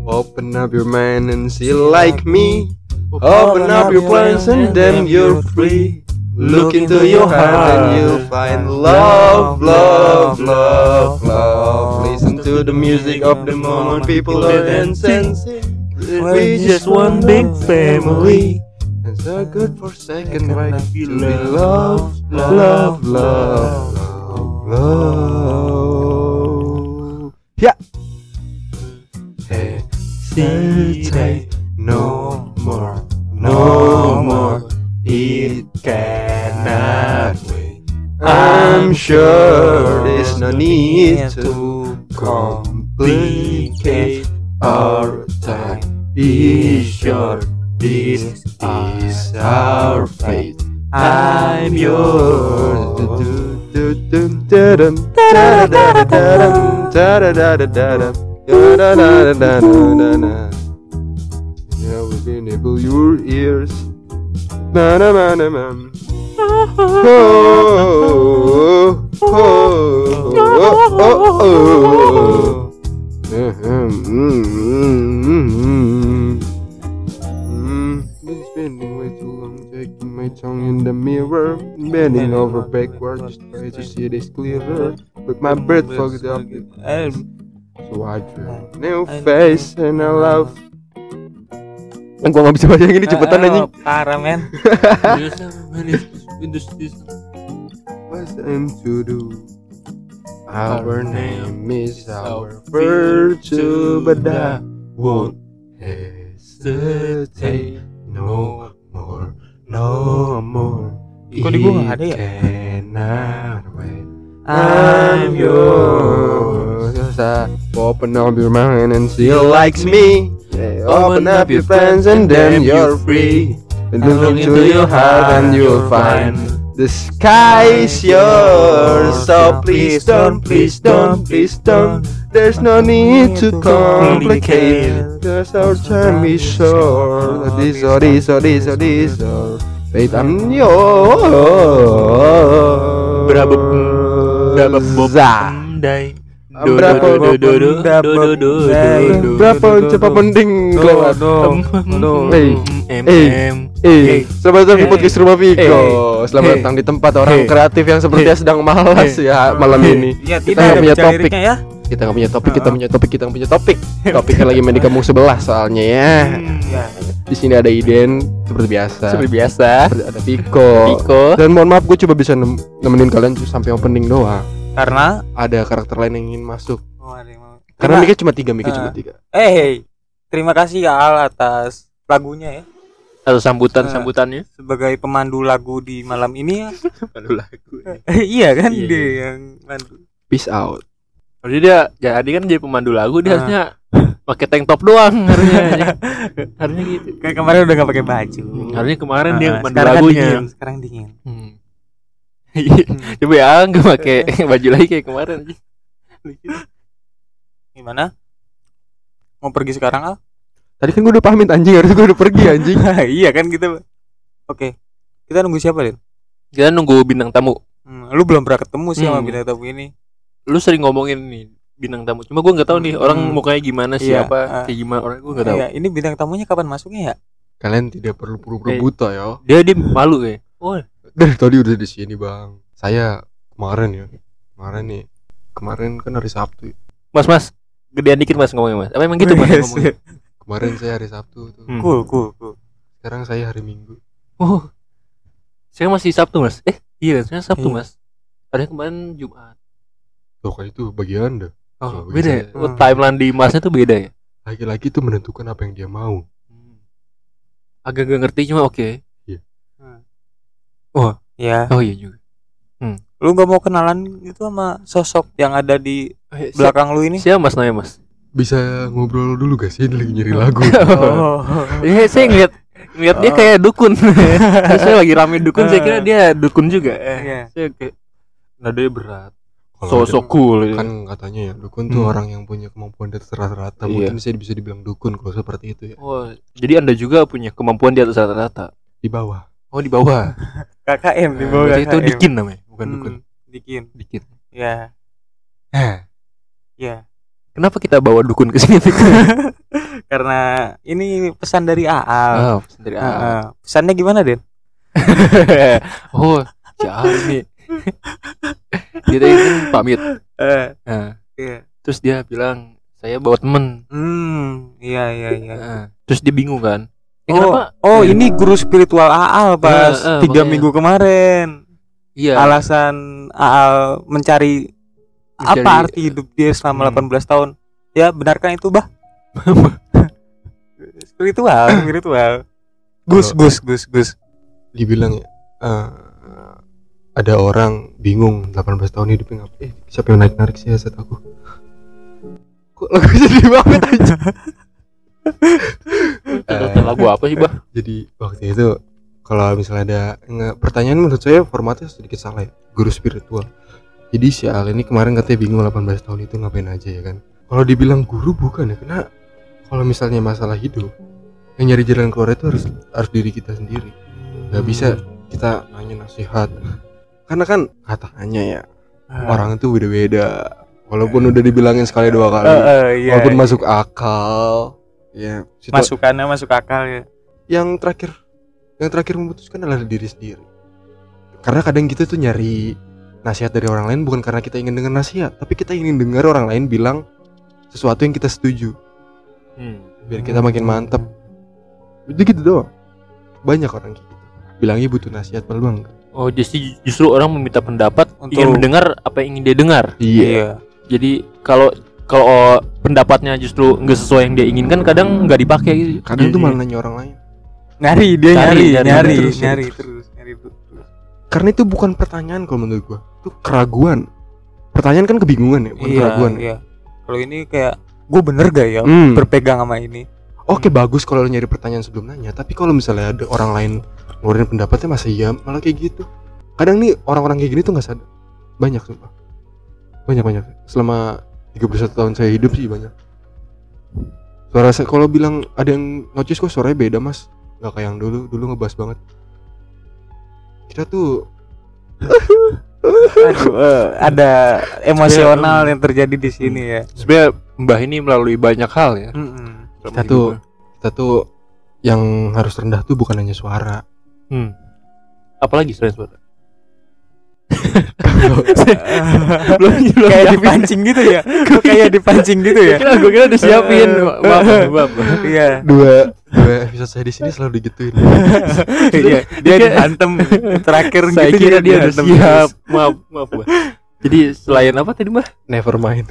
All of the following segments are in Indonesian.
Open up your mind and see like me. Open up your plans and then you're free. Look into your heart and you'll find love, love, love, love. Listen to the music of the moment, people are dancing. We just one big family. And so good for second right to be love, love, love, love, love. Yeah. Hesitate no more, no more. It cannot wait. I'm sure there's no need to complicate. Our time is short. This is our fate. I'm yours. Yeah, we enable your ears. Na na na na na. Been spending way too long taking my tongue in the mirror, bending over backward just try to see this clearer. But my breath fogged up, so I drew new face and I love. Gua nggak bisa baca yang ini cepetan anjing. Parah men. What's time to do? Our name is our virtue, but I won't hesitate no more, no more. Kok di gua nggak ada ya? Cannot wait. I'm yours. Open up your mind and see likes me. Open up your plans and then you're free. And look into your heart and you'll find the sky is yours. So please don't, please don't, please don't. There's no need to complicate. Cause our time is short. This or this or this or this or fate, I'm yours. Berapa cepat mending lewat. Selamat datang di podcast Rumah Viko. Selamat datang di tempat orang kreatif yang sepertinya sedang malas ya malam ini. Kita nggak punya topik. Kita nggak punya topik. Kita nggak punya topik. Topiknya lagi main di kampung sebelah soalnya ya. Di sini ada Iden seperti biasa. Ada Viko. Dan mohon maaf gue coba bisa nemenin kalian sampai opening doang. Karena ada karakter lain yang ingin masuk. Karena mic-nya cuma 3. Terima kasih ya Al atas lagunya ya. Atau sambutannya sebagai pemandu lagu di malam ini ya. Pemandu lagu. Iya kan dia yang mandu. Peace out. Jadi dia kan jadi pemandu lagu dia harusnya pakai tank top doang harusnya. Harusnya gitu. Kayak kemarin udah enggak pakai baju. Harusnya kemarin dia pemandu sekarang lagunya. Sekarang dingin. Coba ya nggak pakai baju lagi kayak kemarin. Gimana? Mau pergi sekarang Al? Tadi kan gue udah pamit anjing, harusnya gue udah pergi anjing. Iya kan kita. Oke. Kita nunggu siapa, Lin? Kita nunggu bintang tamu. Lu belum pernah ketemu sih sama bintang tamu ini. Lu sering ngomongin nih bintang tamu. Cuma gue nggak tahu nih orang mukanya gimana, siapa, kayak gimana orang gue nggak tahu. Iya, ini bintang tamunya kapan masuknya ya? Kalian tidak perlu pura-pura buta ya. Dia malu kayak. Oh. Dari tadi udah di sini bang. Saya kemarin kan hari Sabtu. Mas, gedean dikit mas ngomongnya mas. Apa emang gitu mas ngomongnya? Kemarin saya hari Sabtu tuh. Cool. Sekarang saya hari Minggu. Oh, saya masih Sabtu mas. Iya, saya Sabtu mas. Ada kemarin Jumat. Tuh kayak itu bagi Anda. Oh, beda ya? Timeline di masnya tuh beda ya? Laki-laki tuh menentukan apa yang dia mau. Agak gak ngerti cuma oke. Iya. Oh iya juga. Lu gak mau kenalan gitu sama sosok yang ada di belakang lu ini? Siapa mas namanya mas? Bisa ngobrol dulu gak sih? Dia lagi nyari lagu. Iya saya ngeliat dia kayak dukun. Saya lagi rame dukun, saya kira dia dukun juga. Saya kayak nadanya berat. Sosok cool kan katanya ya dukun tuh orang yang punya kemampuan di atas rata-rata. Mungkin saya bisa dibilang dukun kalau seperti itu ya. Oh, jadi Anda juga punya kemampuan di atas rata-rata? Di bawah. Oh, di bawah. KKM di bawah. Itu dikin namanya, bukan dukun. Dikin. Ya. Ya. Kenapa kita bawa dukun ke sini? Karena ini pesan dari Aal. Pesan dari Aal. Pesannya gimana, Den? Oh, Aal nih. Kita ingin pamit. Iya. Terus dia bilang saya bawa temen. Iya. Terus dia bingung kan. Ini guru spiritual Aal pas 3 minggu kemarin. Iya. Alasan Aal mencari apa arti hidup dia selama 18 tahun. Ya, benarkah itu, Bah? Spiritual. Gus. Dibilang ya, ada orang bingung 18 tahun hidupnya ngapain. Siapa yang narik sih set aku. Kok lagu jadi banget aja. Lagu apa sih, Bah? Jadi waktu itu kalau misalnya ada pertanyaan, menurut saya formatnya sedikit salah ya. Guru spiritual. Jadi si Al ini kemarin katanya bingung 18 tahun itu ngapain aja ya kan. Kalau dibilang guru bukan ya, karena kalau misalnya masalah hidup, yang nyari jalan keluar itu harus diri kita sendiri. Gak bisa kita nanya nasihat. Karena kan katanya ya, orang itu beda-beda. Walaupun udah dibilangin sekali 2 kali, walaupun masuk akal, ya. Masukannya masuk akal ya. Yang terakhir memutuskan adalah diri sendiri. Karena kadang kita tuh nyari nasihat dari orang lain bukan karena kita ingin dengar nasihat, tapi kita ingin dengar orang lain bilang sesuatu yang kita setuju. Biar kita makin mantep. Itu gitu doang. Banyak orang kayak gitu. Bilangnya butuh nasihat malu enggak. Oh, jadi justru orang meminta pendapat ingin mendengar apa yang ingin dia dengar. Iya. Jadi kalau pendapatnya justru nggak sesuai yang dia inginkan, kadang nggak dipakai. Kadang tuh malah nanya orang lain. Nyari terus. Karena itu bukan pertanyaan kalau menurut gua. Itu keraguan. Pertanyaan kan kebingungan ya, bukan keraguan. Iya. Kalau ini kayak gue bener gak ya berpegang sama ini. Oke, bagus kalau nyari pertanyaan sebelum nanya. Tapi kalau misalnya ada orang lain ngeluarin pendapatnya, masa iya malah kayak gitu. Kadang nih orang-orang kayak gini tuh gak sadar. Banyak sumpah. Banyak. Selama 31 tahun saya hidup sih banyak. Suara saya, kalau bilang ada yang notice kok suaranya beda mas. Gak kayak yang dulu ngebahas banget. Kita tuh ada emosional yang terjadi di sini ya. Sebenarnya Mbah ini melalui banyak hal ya. Kita tuh yang harus rendah tuh bukan hanya suara. Apalagi selain suara? belum kayak dipancing gitu ya. Gue kira disiapin. Maaf. Iya. Dua episode saya di sini selalu digituin. Iya, dia dihantem terakhir saya gitu. Kira dia udah siap. Maaf, Mbak. Jadi selain apa tadi, Mbak? Never mind.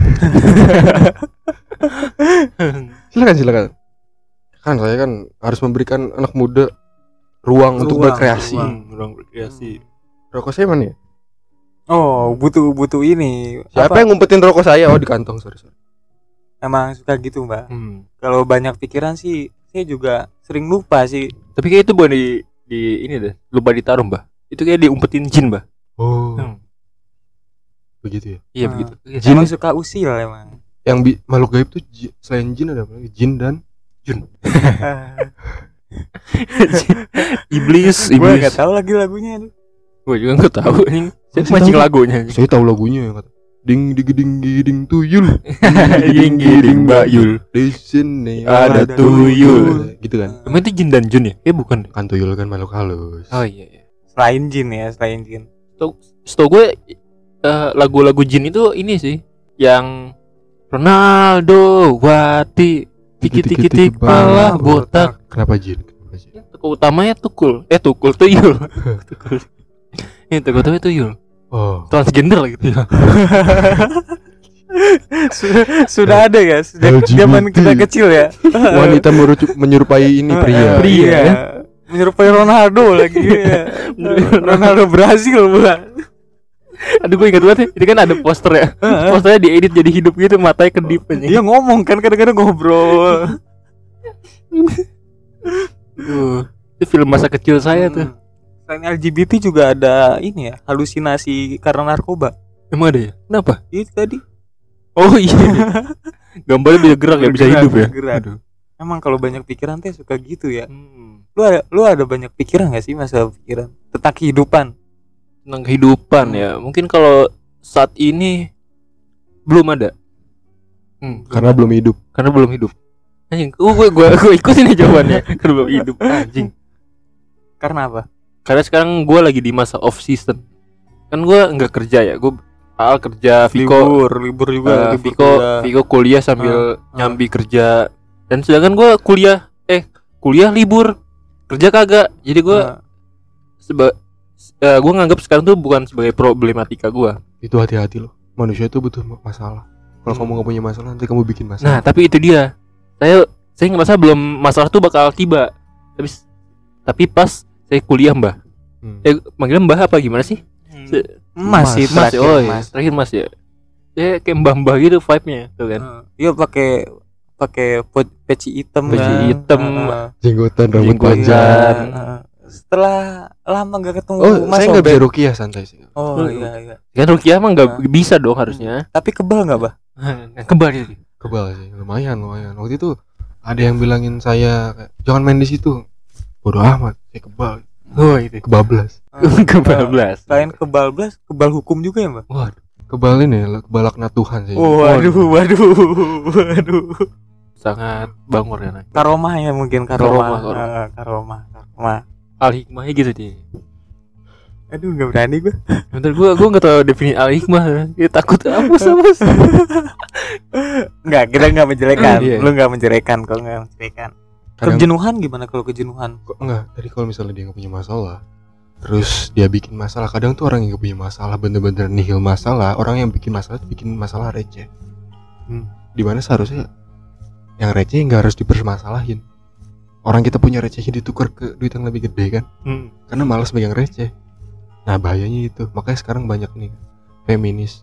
Silakan. Kan saya kan harus memberikan anak muda ruang untuk berkreasi. Ruang berkreasi. Rokok saya mana ya? Oh, butuh ini. Siapa yang ngumpetin rokok saya? Oh, di kantong, sorry. Emang suka gitu, Mbak. Kalau banyak pikiran sih, saya juga sering lupa sih. Tapi kayak itu bukan di ini deh, lupa ditaruh, Mbak. Itu kayak diumpetin jin, Mbak. Oh. Begitu ya? Iya, begitu. Jin emang suka usil emang. Yang makhluk gaib tuh selain jin ada apa lagi? Jin dan Jun. Iblis. Gue nggak tahu lagi lagunya itu. Gue juga nggak tahu ini. Saya mancing lagunya. Saya tahu lagunya yang kata ding ding tuyul. Ding bayul. Di sini ada tuyul. Gitu kan? Emang itu jin dan Jun ya? Bukan. Kan tuyul kan makhluk halus. Oh iya. Selain jin. Setahu gue lagu-lagu jin itu ini sih, yang Ronaldo Wati tiki pala botak. Kenapa jin? Tokoh utamanya tuyul. Tuyul. Ini tokoh utamanya tuyul. Oh. Transgender lah gitu ya. Sudah ada ya sejak zaman kita kecil ya. Wanita menyerupai ini pria. Ya. Menyerupai Ronaldo lagi ya. Ronaldo Brazil bukan. Aduh, gue ingat banget ya. Ini kan ada poster ya. Posternya diedit jadi hidup gitu, matanya kedip aja. Dia ngomong kan, kadang-kadang ngobrol. Itu film masa kecil saya tuh. Selain LGBT juga ada ini ya, halusinasi karena narkoba. Emang ada ya? Kenapa? Itu tadi. Oh iya. Gambarnya bisa gerak ya, bisa hidup ya. Aduh. Emang kalau banyak pikiran teh suka gitu ya. Lu ada banyak pikiran gak sih, masalah pikiran tentang kehidupan? Tentang kehidupan ya. Mungkin kalau saat ini belum ada. Karena belum hidup. Anjing, gue ikutin aja jawabannya. Kebab hidup anjing. Karena apa? Karena sekarang gue lagi di masa off season. Kan gue nggak kerja ya, gue kerja Viko libur juga. Viko kuliah sambil nyambi kerja. Dan sedangkan gue kuliah libur, kerja kagak. Jadi gue gue nganggap sekarang tuh bukan sebagai problematika gue. Itu hati-hati loh. Manusia itu butuh masalah. Kalau kamu nggak punya masalah, nanti kamu bikin masalah. Nah, tapi itu dia. Saya nggak masalah, belum masalah tuh bakal tiba. Tapi pas saya kuliah Mbah. Manggilnya Mbah apa gimana sih? Mas. Terakhir Mas ya. Ya kayak mbah-mbah gitu vibe-nya tuh kan. Iya pakai peci hitam jenggotan rambut panjang. Setelah lama gak ketemu Mas, saya nggak bisa rukiah santai sih. Iya. Kan rukiah emang nggak bisa dong harusnya. Tapi kebal nggak Bah? Kebal sih. Kebal sih, lumayan. Waktu itu ada yang bilangin saya jangan main di situ. Bodoh amat, saya kebal. Itu kebablas. Kebablas. Selain kebablas, kebal hukum juga ya, Mbak? Waduh, kebal ini kebal laknat Tuhan sih. Waduh. Sangat bangor ya. Karomah ya mungkin karomah. Al-hikmahnya gitu dia. Aduh, enggak berani gue. Bentar gue enggak tahu definisi al-hikmah. Ya takut apa. Enggak, kita enggak menjelekan. Lu enggak menjelekan kok, enggak menjelekan. Kejenuhan gimana kalau kejenuhan? Enggak, tadi kalau misalnya dia enggak punya masalah, terus dia bikin masalah. Kadang tuh orang yang enggak punya masalah bener-bener nihil masalah. Orang yang bikin masalah receh. Dimana seharusnya yang receh enggak harus dipermasalahin. Orang kita punya recehnya ditukar ke duit yang lebih gede kan? Karena malas megang receh. Nah bahayanya itu. Makanya sekarang banyak nih feminis.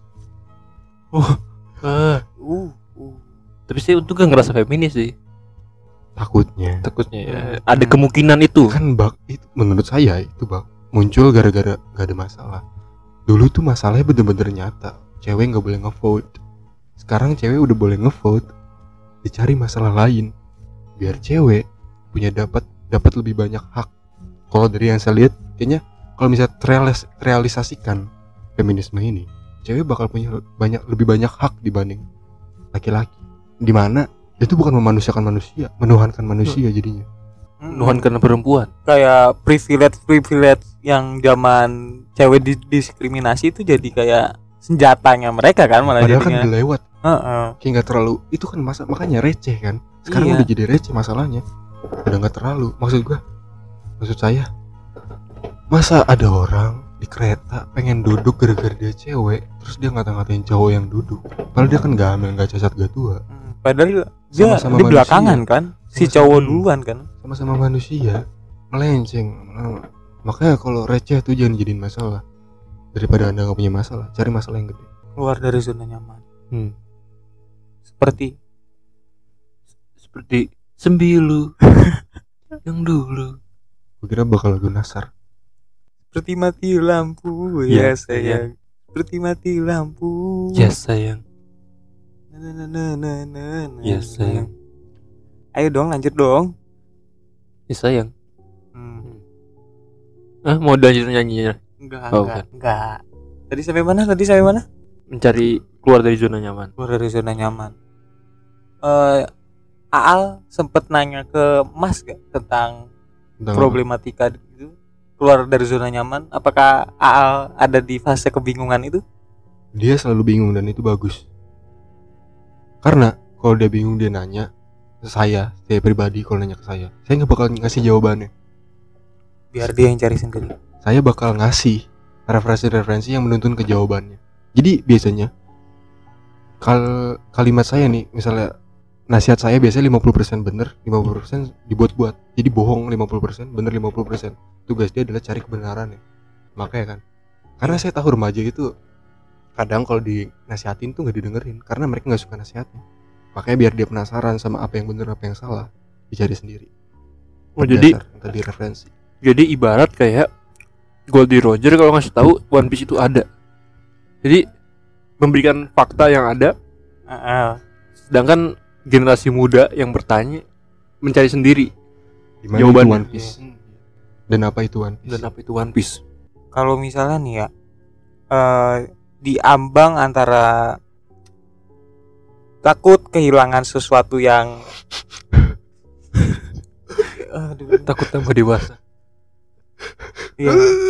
Tapi saya untung gak ngerasa feminis sih. Takutnya ya. Ada kemungkinan itu. Kan itu menurut saya itu muncul gara-gara gak ada masalah. Dulu tuh masalahnya bener-bener nyata. Cewek gak boleh ngevote. Sekarang cewek udah boleh ngevote. Dicari masalah lain biar cewek punya dapat lebih banyak hak. Kalau dari yang saya lihat kayaknya kalau misalnya realisasikan feminisme ini, cewek bakal punya lebih banyak hak dibanding laki-laki. Dimana itu bukan memanusiakan manusia, menuhankan manusia jadinya. Menuhankan perempuan. Kayak privilege yang zaman cewek didiskriminasi itu jadi kayak senjatanya mereka kan malah padahal jadinya. Kan lewat. Kayak nggak terlalu itu kan makanya receh kan. Sekarang udah jadi receh masalahnya. Udah nggak terlalu. Maksud saya, masa ada orang di kereta pengen duduk gara-gara dia cewek, terus dia ngata-ngatain cowok yang duduk. Padahal dia kan nggak hamil, nggak cacat, nggak tua. Padahal dia di belakangan kan, si cowok duluan kan. Sama-sama manusia, melenceng. Makanya kalau receh tuh jangan jadiin masalah. Daripada anda nggak punya masalah, cari masalah yang gede. Keluar dari zona nyaman. Seperti Sembilu yang dulu. Gue kira bakal lagu Nasar. Seperti mati lampu ya sayang. Seperti mati lampu. Ya sayang. Ya sayang. Ayo dong lanjut dong. Ya sayang. Mau lanjut nyanyinya? Enggak. Tadi sampai mana? Mencari keluar dari zona nyaman. Aal sempet nanya ke Mas gak tentang problematika itu keluar dari zona nyaman. Apakah Aal ada di fase kebingungan itu? Dia selalu bingung dan itu bagus. Karena kalau dia bingung dia nanya saya pribadi, kalau nanya ke saya nggak bakal ngasih jawabannya. Biar dia yang cari sendiri. Saya bakal ngasih referensi yang menuntun ke jawabannya. Jadi biasanya kalimat saya nih, misalnya nasihat saya biasanya 50% bener, 50% dibuat-buat. Jadi bohong 50%, bener 50%. Tugas dia adalah cari kebenarannya. Makanya kan, karena saya tahu remaja itu kadang kalau dinasihatin tuh gak didengerin, karena mereka gak suka nasihatnya. Makanya biar dia penasaran sama apa yang bener, apa yang salah, dicari sendiri. Jadi tadi referensi. Jadi ibarat kayak Goldie Roger kalau ngasih tahu One Piece itu ada. Jadi memberikan fakta yang ada. Sedangkan generasi muda yang bertanya mencari sendiri jawaban One Piece. Dan apa itu One Piece? Kalau misalnya nih ya, diambang antara takut kehilangan sesuatu yang Aduh, takut tambah dewasa. iya.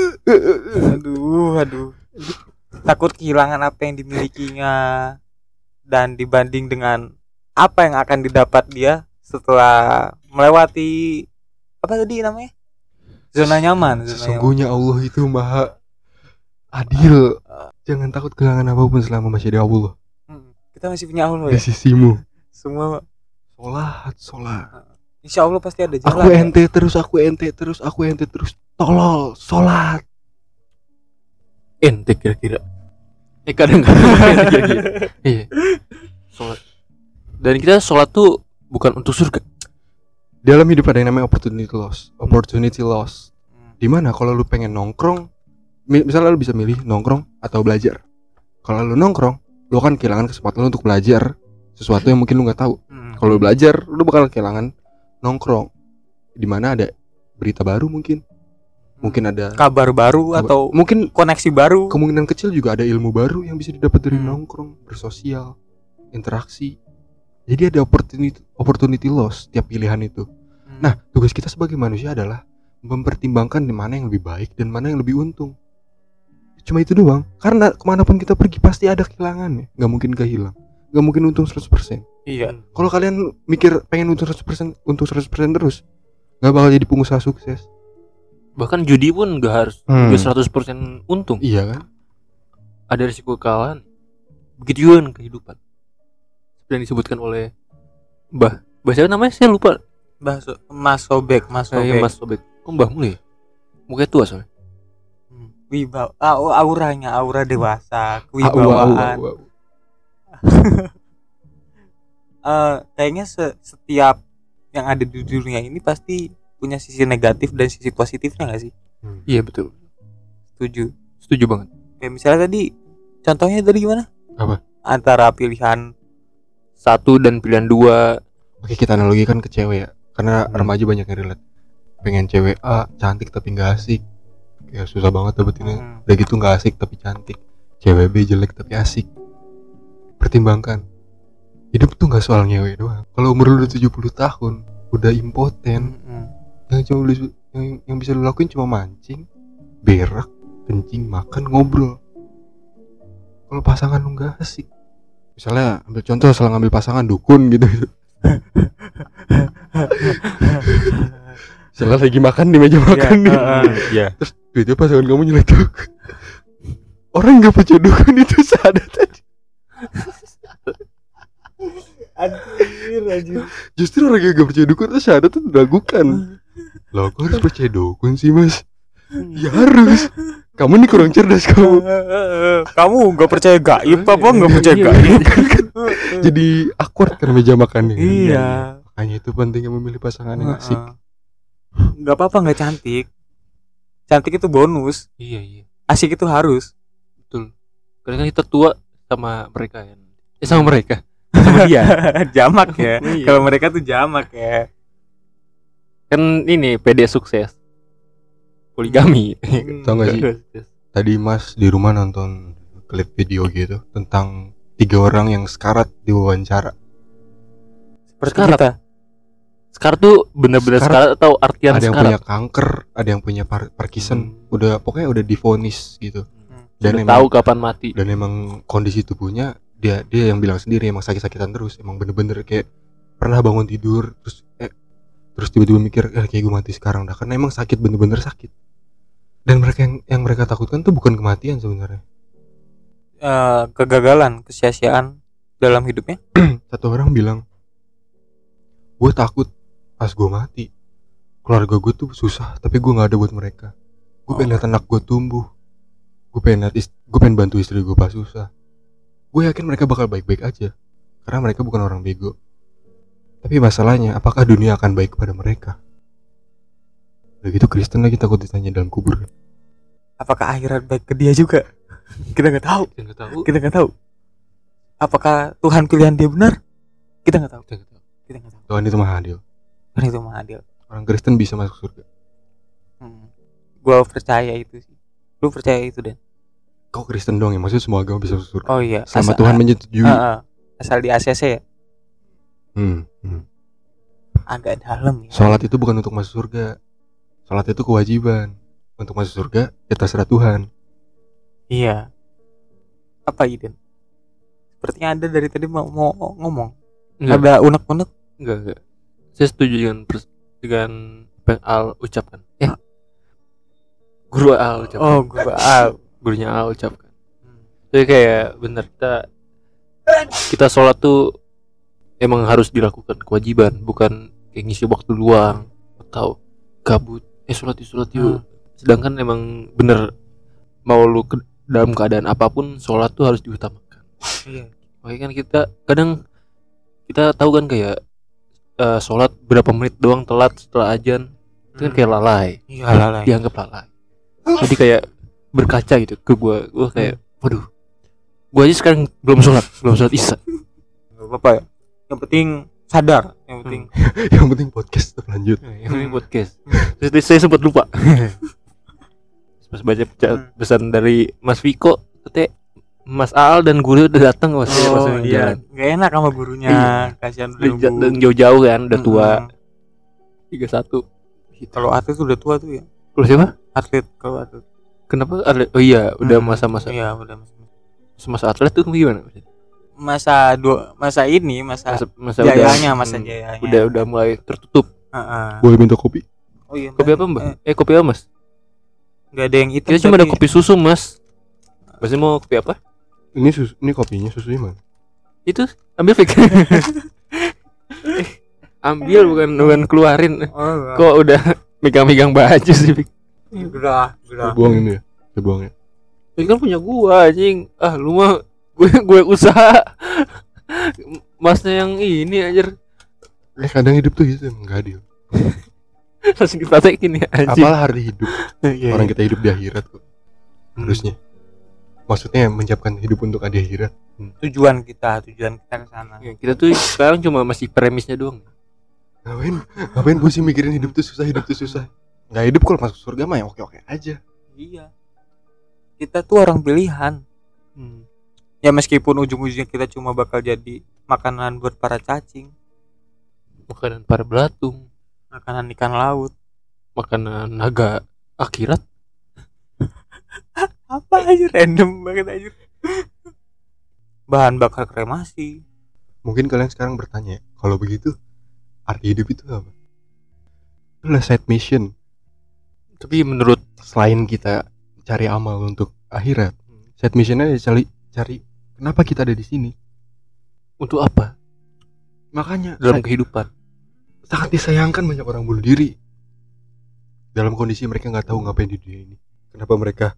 Aduh. Takut kehilangan apa yang dimilikinya dan dibanding dengan apa yang akan didapat dia setelah melewati apa tadi namanya? Zona nyaman. Sesungguhnya Allah itu maha adil. Jangan takut kehilangan apapun selama masih ada Allah Kita masih punya Allah di ya. sisimu. Semua Sholat. insya Allah pasti ada jalan. Aku ente terus. Tolol, sholat. Ente kira-kira. Kadang-kadang kira-kira. Iya. Sholat. Dan kita sholat tuh bukan untuk surga. Dalam hidup ada yang namanya opportunity loss. Dimana kalau lu pengen nongkrong, misalnya lu bisa milih nongkrong atau belajar. Kalau lu nongkrong, lu akan kehilangan kesempatan lu untuk belajar sesuatu yang mungkin lu nggak tahu. Kalau lu belajar, lu bakal kehilangan nongkrong. Dimana ada berita baru mungkin ada kabar baru atau mungkin koneksi baru. Kemungkinan kecil juga ada ilmu baru yang bisa didapat dari nongkrong, bersosial, interaksi. Jadi ada opportunity loss tiap pilihan itu. Nah, tugas kita sebagai manusia adalah mempertimbangkan di mana yang lebih baik dan mana yang lebih untung. Cuma itu doang. Karena kemanapun kita pergi pasti ada kehilangannya. Gak mungkin gak hilang. Gak mungkin untung 100%. Iya. Kalau kalian mikir pengen untung 100% terus, gak bakal jadi pengusaha sukses. Bahkan judi pun gak harus juga 100% untung. Iya kan? Ada risiko kekalahan. Begitu juga kehidupan. Seperti yang disebutkan oleh Mbah siapa namanya? Saya lupa. Mas Sobek. Mas Sobek. Oh, mbahmu ya? Mukanya tua soalnya. Wibawa, aura dewasa, kewibawaan. Kayaknya setiap yang ada di dunia ini pasti punya sisi negatif dan sisi positifnya nggak sih? Iya betul. Setuju banget. Kayak misalnya tadi, contohnya tadi gimana? Apa? Antara pilihan 1 dan pilihan 2. Oke, kita analogikan ke cewek ya. Karena remaja banyak yang relate. Pengen cewek A cantik tapi gak asik, ya susah banget dapetinnya. Udah gitu gak asik tapi cantik. Cewek B jelek tapi asik. Pertimbangkan, hidup tuh gak soal ngewe doang. Kalau umur lu udah 70 tahun, udah impoten, yang bisa lu lakuin cuma mancing, berak, kencing, makan, ngobrol. Kalau pasangan lu gak asik, misalnya ambil contoh salah ngambil pasangan dukun gitu. Misalnya lagi makan di meja makan nih. Terus tiba-tiba pasangan kamu nyeletuk. Orang gak percaya dukun itu syahadat aja. Anjir. Justru orang yang gak percaya dukun itu syahadat itu diragukan. Loh, aku harus percaya dukun sih mas? Ya harus. Kamu nih kurang cerdas kamu. Kamu gak percaya gaib apa gak percaya gaib? Jadi awkward kan meja makannya. Iya. Makanya itu pentingnya memilih pasangan yang asik. Gak apa-apa gak cantik. Cantik itu bonus. Iya. Asik itu harus. Betul. Karena kan kita tua sama mereka ya. Sama mereka. Sama dia. Jamak ya. Iya. Kalau mereka tuh jamak ya. Kan ini PD sukses. Poligami. Tahu gak sih? Tadi Mas di rumah nonton klip video gitu tentang 3 orang yang sekarat diwawancara. Seperti Sekarat? kita. Sekarat tuh bener-bener sekarat atau artian Ada yang sekarat? punya kanker, ada yang punya Parkinson, pokoknya udah divonis gitu. Dan tahu kapan mati. Dan emang kondisi tubuhnya dia yang bilang sendiri emang sakit-sakitan terus, emang bener-bener kayak pernah bangun tidur terus tiba-tiba mikir kayak gue mati sekarang dah, karena emang sakit, bener-bener sakit. Dan mereka yang mereka takutkan tuh bukan kematian sebenarnya. Kegagalan, kesia-siaan dalam hidupnya. Satu orang bilang, gue takut pas gue mati keluarga gue tuh susah, tapi gue nggak ada buat mereka. Gue pengen lihat anak gue tumbuh, gue pengen bantu istri gue pas susah. Gue yakin mereka bakal baik-baik aja karena mereka bukan orang bego. Tapi masalahnya, apakah dunia akan baik kepada mereka? Udah gitu Kristen lagi takut ditanya dalam kubur. Apakah akhirat baik ke dia juga? Kita nggak tahu. Kita nggak tahu. Apakah Tuhan pilihan dia benar? Kita nggak tahu. Tuhan itu maha adil. Tuhan itu maha adil. Orang Kristen bisa masuk surga. Gua percaya itu sih. Lu percaya itu Dan? Kau Kristen dong ya, maksudnya semua agama bisa masuk surga. Oh iya. Sama Tuhan menyetujui. Asal di ACC ya. agak dalam ya. Sholat itu bukan untuk masuk surga. Sholat itu kewajiban. Untuk masuk surga ya terserah Tuhan. Iya. Apa Iden? Sepertinya ada dari tadi mau ngomong. Enggak. Ada unek-unek. Enggak. Saya setuju dengan apa yang Al ucapkan. Guru Al ucapkan. Oh, guru Al. Gurunya Al ucapkan. Jadi kayak benar kita sholat tuh emang harus dilakukan kewajiban, bukan kayak ngisi waktu luang atau gabut. Sholat yuk. Sedangkan emang bener mau lu dalam keadaan apapun, sholat tuh harus diutamakan. Iya. Makanya kan kita tahu kan kayak sholat berapa menit doang telat setelah azan itu kan kayak lalai. Iya, lalai. Dianggap lalai. Jadi kayak berkaca gitu ke gua kayak waduh, gua aja sekarang belum sholat isya. Gak apa-apa ya. Yang penting sadar, yang penting Yang penting podcast tetap lanjut. Yang penting podcast. Terus saya sempat lupa. Pas baca pesan dari Mas Viko, katanya Mas Al dan guru udah datang pas jalan. Gak enak sama gurunya. Kasihan Dan jauh-jauh kan, udah tua. 31. Kalau atlet tuh udah tua tuh ya. Kalau siapa? Atlet kalau atlet. Kenapa atlet? Oh iya, udah masa-masa. Iya, udah Masa atlet tuh gimana? Masa jayanya, masa jayanya. Udah mulai tertutup. Boleh minta kopi? Oh iya. Kopi apa, Mbak? Kopi apa, Mas? Gak ada yang hitam. Kita cuma ada kopi susu, Mas. Masnya mau kopi apa? Ini kopinya susu mana? Itu ambil Fik. Ambil bukan keluarin. Kok udah megang-megang baju sih, Fik? Gerah. Buang ini ya. Saya buang ya. Ini kan punya gua anjing. Lu mah gue usaha. Masnya yang ini anjir. Kadang hidup tuh gitu emang gak adil. Langsung dipraktekin ya anjing. Apalah arti hidup. Orang kita hidup di akhirat kok. Harusnya. Maksudnya menyiapkan hidup untuk di akhirat. Tujuan kita ke sana. Ya, kita tuh sekarang cuma masih premisnya doang. Ngapain gue sih mikirin hidup tuh susah. Nggak hidup kalau masuk surga mah ya oke aja. Iya. Kita tuh orang pilihan. Ya meskipun ujung-ujungnya kita cuma bakal jadi makanan buat para cacing, makanan para belatung, makanan ikan laut, makanan naga akhirat. Apa aja random banget aja. Bahan bakar kremasi. Mungkin kalian sekarang bertanya, kalau begitu arti hidup itu apa? Itulah side mission. Tapi menurut selain kita cari amal untuk akhirat, side missionnya cari kenapa kita ada di sini? Untuk apa? Makanya dalam kehidupan sangat disayangkan banyak orang bunuh diri dalam kondisi mereka nggak tahu ngapain di dunia ini. Kenapa mereka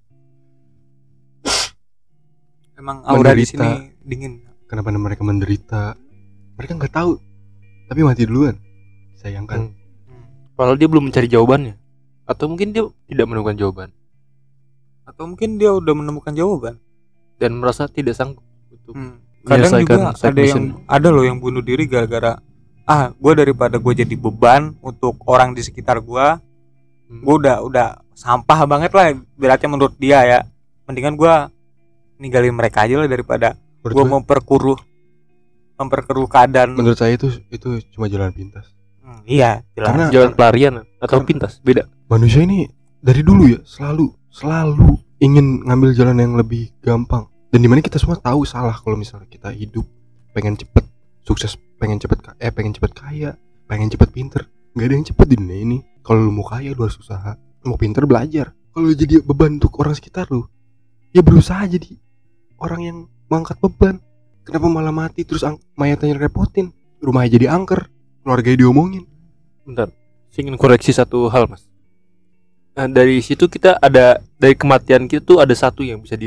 emang aura di sini dingin? Kenapa mereka menderita? Mereka nggak tahu, tapi mati duluan. Sayangkan. Padahal dia belum mencari jawabannya, atau mungkin dia tidak menemukan jawaban, atau mungkin dia udah menemukan jawaban dan merasa tidak sanggup untuk kadang juga ada loh yang bunuh diri gara-gara gue daripada gue jadi beban untuk orang di sekitar gue udah sampah banget lah beratnya menurut dia ya, mendingan gue ninggalin mereka aja lah daripada gue memperkeruh keadaan. Menurut saya itu cuma jalan pintas. Iya, karena jalan pelarian atau pintas beda. Manusia ini dari dulu ya selalu ingin ngambil jalan yang lebih gampang. Dan dimana kita semua tahu salah kalau misalnya kita hidup pengen cepet sukses, pengen cepet kaya, pengen cepet pinter. Gak ada yang cepet di dunia ini. Kalau lu mau kaya lu harus usaha, mau pinter belajar. Kalau lu jadi beban untuk orang sekitar lu, ya berusaha jadi orang yang mengangkat beban. Kenapa malah mati terus mayatnya repotin, rumahnya jadi angker, keluarganya diomongin. Bentar, saya ingin koreksi satu hal, Mas. Nah, dari situ kita ada, dari kematian kita tuh ada satu yang bisa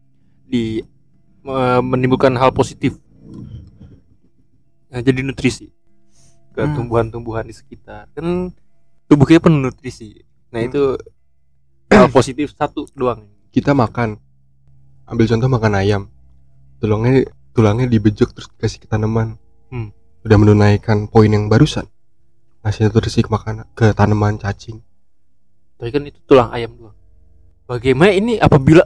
menimbulkan hal positif. Nah, jadi nutrisi ke tumbuhan-tumbuhan di sekitar. Kan tubuh kita penuh nutrisi. Nah, itu hal positif satu doang. Kita makan, ambil contoh makan ayam, tulangnya dibejek terus dikasih ke tanaman. Udah menunaikan poin yang barusan, ngasih nutrisi ke tanaman cacing. Tapi kan itu tulang ayam doang. Bagaimana ini apabila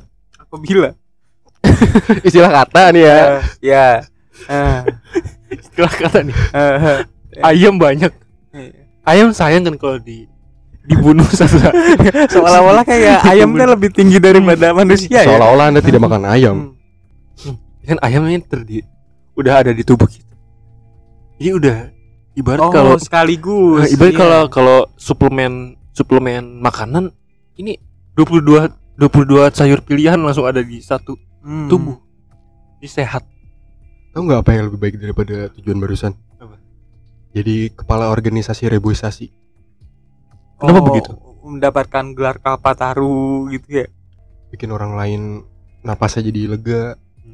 istilah kata nih ya. Istilah kata nih. Ayam banyak. ayam sayang kan kalau dibunuh saja. Seolah-olah kayak ayamnya lebih tinggi daripada manusia ya. Seolah-olah Anda tidak makan ayam. Kan ayamnya udah ada di tubuh kita. Jadi udah ibarat Oh, kalau sekaligus. ibarat Iya. kalau suplemen makanan ini 22 sayur pilihan langsung ada di satu tubuh. Ini sehat. Tahu nggak apa yang lebih baik daripada tujuan barusan? Apa? Jadi kepala organisasi reboisasi. Kenapa begitu? Mendapatkan gelar Kalpataru gitu ya. Bikin orang lain napasnya jadi lega,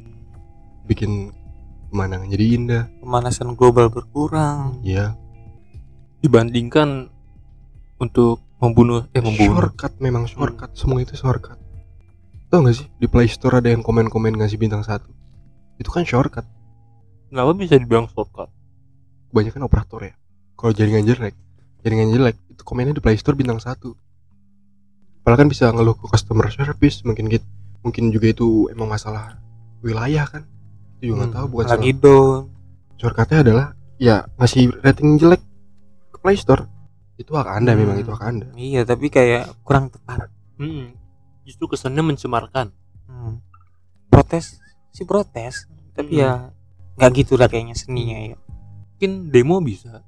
bikin pemandangan jadi indah. Pemanasan global berkurang. Iya. Dibandingkan untuk membunuh. Shortcut, memang shortcut. Semua itu shortcut. Tahu nggak sih di Play Store ada yang komen-komen ngasih bintang 1. Itu kan shortcut. Kenapa bisa dibilang shortcut? Kebanyakan operator ya. Kalau jaringan jelek itu komennya di Play Store bintang 1. Padahal kan bisa ngeluh ke customer service, mungkin juga itu emang masalah wilayah kan. Itu juga nggak tahu, bukan Lagi down. Shortcutnya adalah ya ngasih rating jelek ke Play Store. Itu hak Anda, memang itu hak Anda. Iya, tapi kayak kurang tepat. Justru kesannya mencemarkan. Protes, tapi ya nggak gitu lah kayaknya seninya ya. Mungkin demo bisa.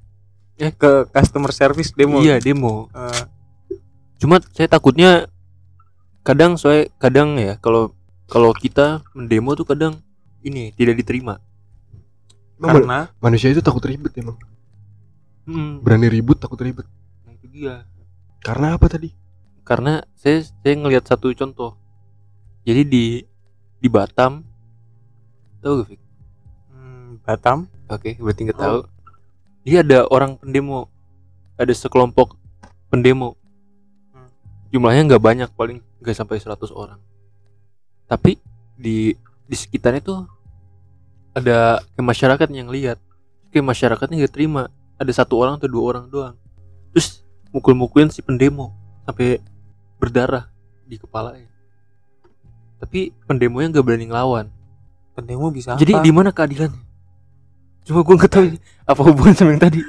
Ke customer service demo. Iya, demo. Cuma saya takutnya kadang ya kalau kita mendemo tuh kadang ini tidak diterima. Karena Manusia itu takut ribet emang. Berani ribut, takut ribet. Nah, itu dia. Karena apa tadi? Karena saya ngelihat satu contoh. Jadi di Batam, tahu gak, Fik? Batam. Oke, berarti nggak tahu. Dia ada orang pendemo, ada sekelompok pendemo. Jumlahnya nggak banyak, paling nggak sampai 100 orang. Tapi di sekitarnya tuh ada kayak masyarakat yang lihat, kayak masyarakatnya nggak terima. Ada 1 orang atau 2 orang doang. Terus mukul-mukulin si pendemo sampai berdarah di kepalanya. Tapi pendemonya nggak berani ngelawan. Pendemo bisa Jadi apa? di mana keadilannya? Cuma gue nggak tahu apa hubungan sama yang tadi.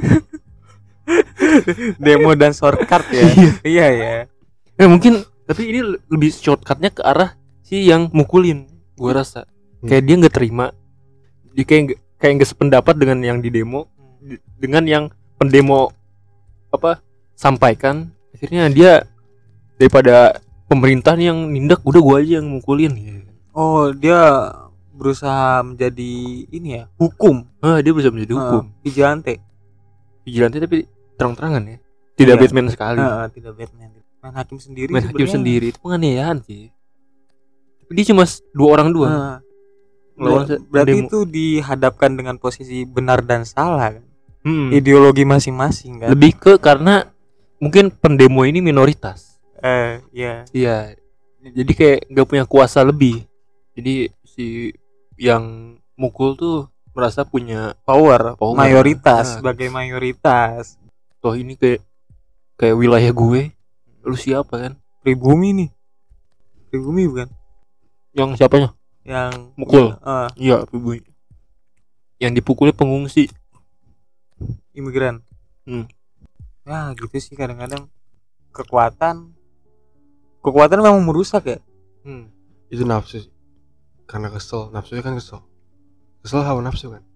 Demo dan shortcut ya. Iya ya. Mungkin tapi ini lebih shortcutnya ke arah si yang mukulin. Gue rasa kayak dia nggak terima. Dia kayak nggak sependapat dengan yang di demo, dengan yang pendemo sampaikan. Akhirnya dia daripada pemerintah yang nindak, udah gue aja yang mukulin. Oh, dia berusaha menjadi ini ya, hukum. Dia berusaha menjadi hukum. Vigilante Tapi terang-terangan ya. Tidak Iya. Batman sekali. Tidak Batman. Main hakim sendiri. Main hakim sebenarnya. sendiri itu penganiayaan sih. Tapi dia cuma 2 orang doang. Berarti demo. itu dihadapkan dengan posisi benar dan salah kan? Ideologi masing-masing kan. Lebih ke karena mungkin pendemo ini minoritas. Iya. Iya. Jadi kayak nggak punya kuasa lebih. Jadi si yang mukul tuh merasa punya power. Mayoritas, sebagai mayoritas. Toh ini kayak wilayah gue. Lu siapa kan? Pribumi nih. Pribumi bukan? Yang siapanya? Yang Mukul. Iya, pribumi. Yang dipukulnya pengungsi. Imigran. Ya gitu sih, kadang-kadang kekuatan memang merusak ya. Itu nafsu sih. Karena kesel, nafsunya kan kesel hawa nafsu kan.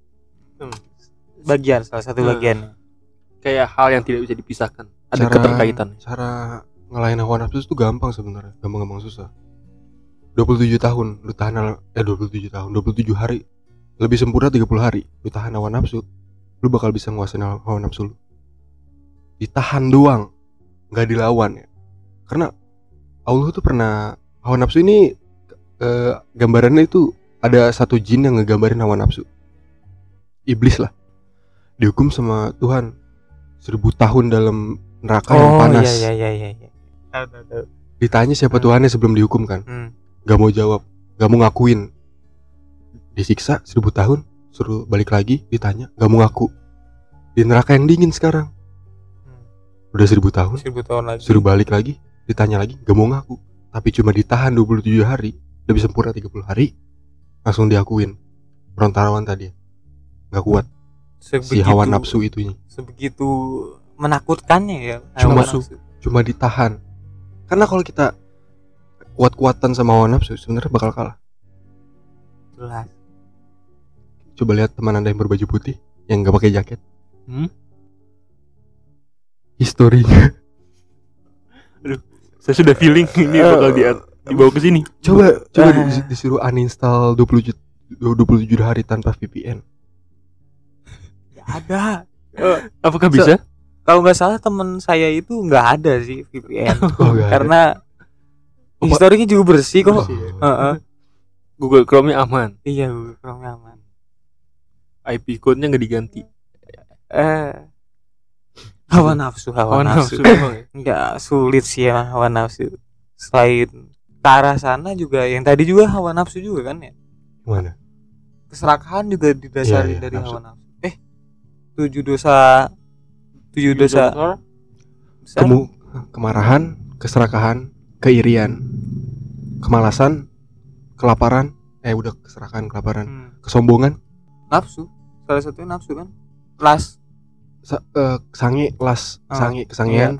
Salah satu bagian. Kayak hal yang tidak bisa dipisahkan. Ada keterkaitan. Cara ngelain hawa nafsu itu gampang sebenarnya, gampang susah. 27 tahun lu tahan 27 hari. Lebih sempurna 30 hari lu tahan hawa nafsu. Lu bakal bisa nguasain hawa nafsu lu. Ditahan doang, enggak dilawan ya. Karena Allah tuh pernah, hawa nafsu ini gambarannya itu ada satu jin yang ngegambarin hawa nafsu. Iblis lah. Dihukum sama Tuhan 1000 tahun dalam neraka yang panas. Iya. Tahu. Ditanya siapa Tuhannya sebelum dihukum kan. Gak mau jawab, gak mau ngakuin. Disiksa 1000 tahun, suruh balik lagi, ditanya, gak mau ngaku. Di neraka yang dingin sekarang. Udah 1000 tahun, 1000 tahun lagi. suruh balik lagi, ditanya lagi, gak mau ngaku. Tapi cuma ditahan 27 hari, lebih sempurna 30 hari, langsung diakuin. Perontaruan tadi, gak kuat. si hawa nafsu itu. Sebegitu menakutkannya ya. Cuma ditahan. Karena kalau kita kuat-kuatan sama hawa nafsu sebenarnya bakal kalah. Jelas. Coba lihat teman Anda yang berbaju putih yang nggak pakai jaket. Historinya. Aduh, saya sudah feeling ini bakal dibawa ke sini. Coba disuruh uninstall 27 hari tanpa VPN. Ya ada. Apakah bisa? Kalau nggak salah teman saya itu nggak ada sih VPN. Karena historinya juga bersih kok. Google Chrome-nya aman. Iya, Google Chrome-nya aman. IP code-nya nggak diganti. Hawa nafsu. Nggak sulit sih ya hawa nafsu. Selain ke arah sana juga yang tadi juga hawa nafsu juga kan ya. Mana? Keserakahan juga didasari Iya, dari nafsu. hawa nafsu. 7 dosa besar. Kemarahan, keserakahan, keirian, kemalasan, kelaparan, udah keserakahan, kelaparan, kesombongan, nafsu. Salah satunya nafsu kan. Las. Sange, las, sange, kesangean.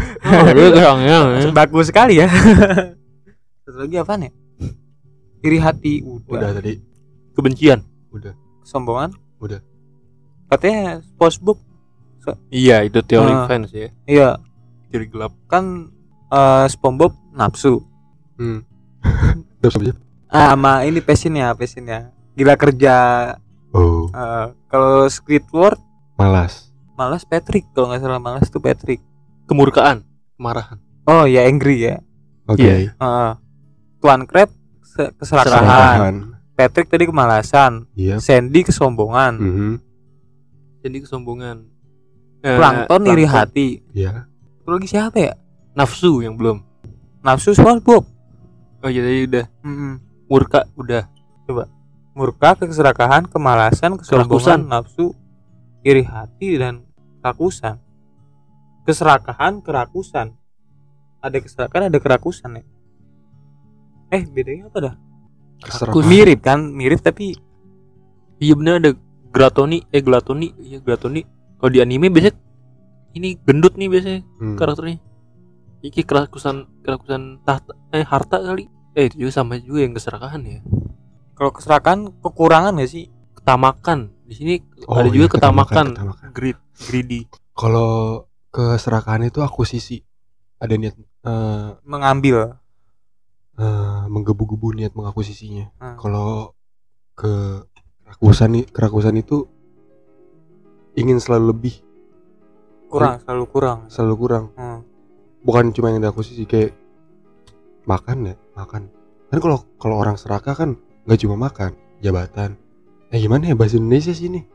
Bagus sekali ya. Satu lagi apaan ya? Iri hati Udah tadi. Kebencian. Udah. Kesombongan. Udah. Katanya SpongeBob. Iya, itu teori fans ya. Iya. Kiri gelap. Kan SpongeBob nafsu. Nafsu aja. Sama ini passionnya. Gila kerja. Oh. Kalau Squidward malas Patrick, kalau nggak salah malas tuh Patrick. Kemurkaan, kemarahan. Oh ya, angry ya. Oke. Tuan Crab keserakahan. Patrick tadi kemalasan. Iya. Sandy kesombongan. Jadi kesombongan. Plankton iri hati. Iya. Terus lagi siapa ya? Nafsu yang belum. Nafsu SpongeBob. Oh iya tadi udah. Murka udah. Coba. Murka, keserakahan, kemalasan, kesombongan, nafsu, iri hati, dan kerakusan. Keserakahan, kerakusan. Ada keserakahan, ada kerakusan ya. Bedanya apa dah? Mirip kan, mirip tapi iya bener ada glatoni. Iya glatoni. Kalau di anime biasanya ini gendut nih biasanya karakternya. Iki kerakusan harta kali. Itu juga sama juga yang keserakahan ya. Kalau keserakahan kekurangan gak sih? Ketamakan. Di sini ada juga ketamakan. Greedy. Kalau keserakahan itu akuisisi. Ada niat mengambil. Menggebu-gebu niat mengakuisisinya. Kalau kerakusan itu ingin selalu lebih. Selalu kurang. Bukan cuma yang diakuisisi, kayak makan. Kan kalau orang serakah kan nggak cuma makan, jabatan. Gimana ya bahasa Indonesia sih ini?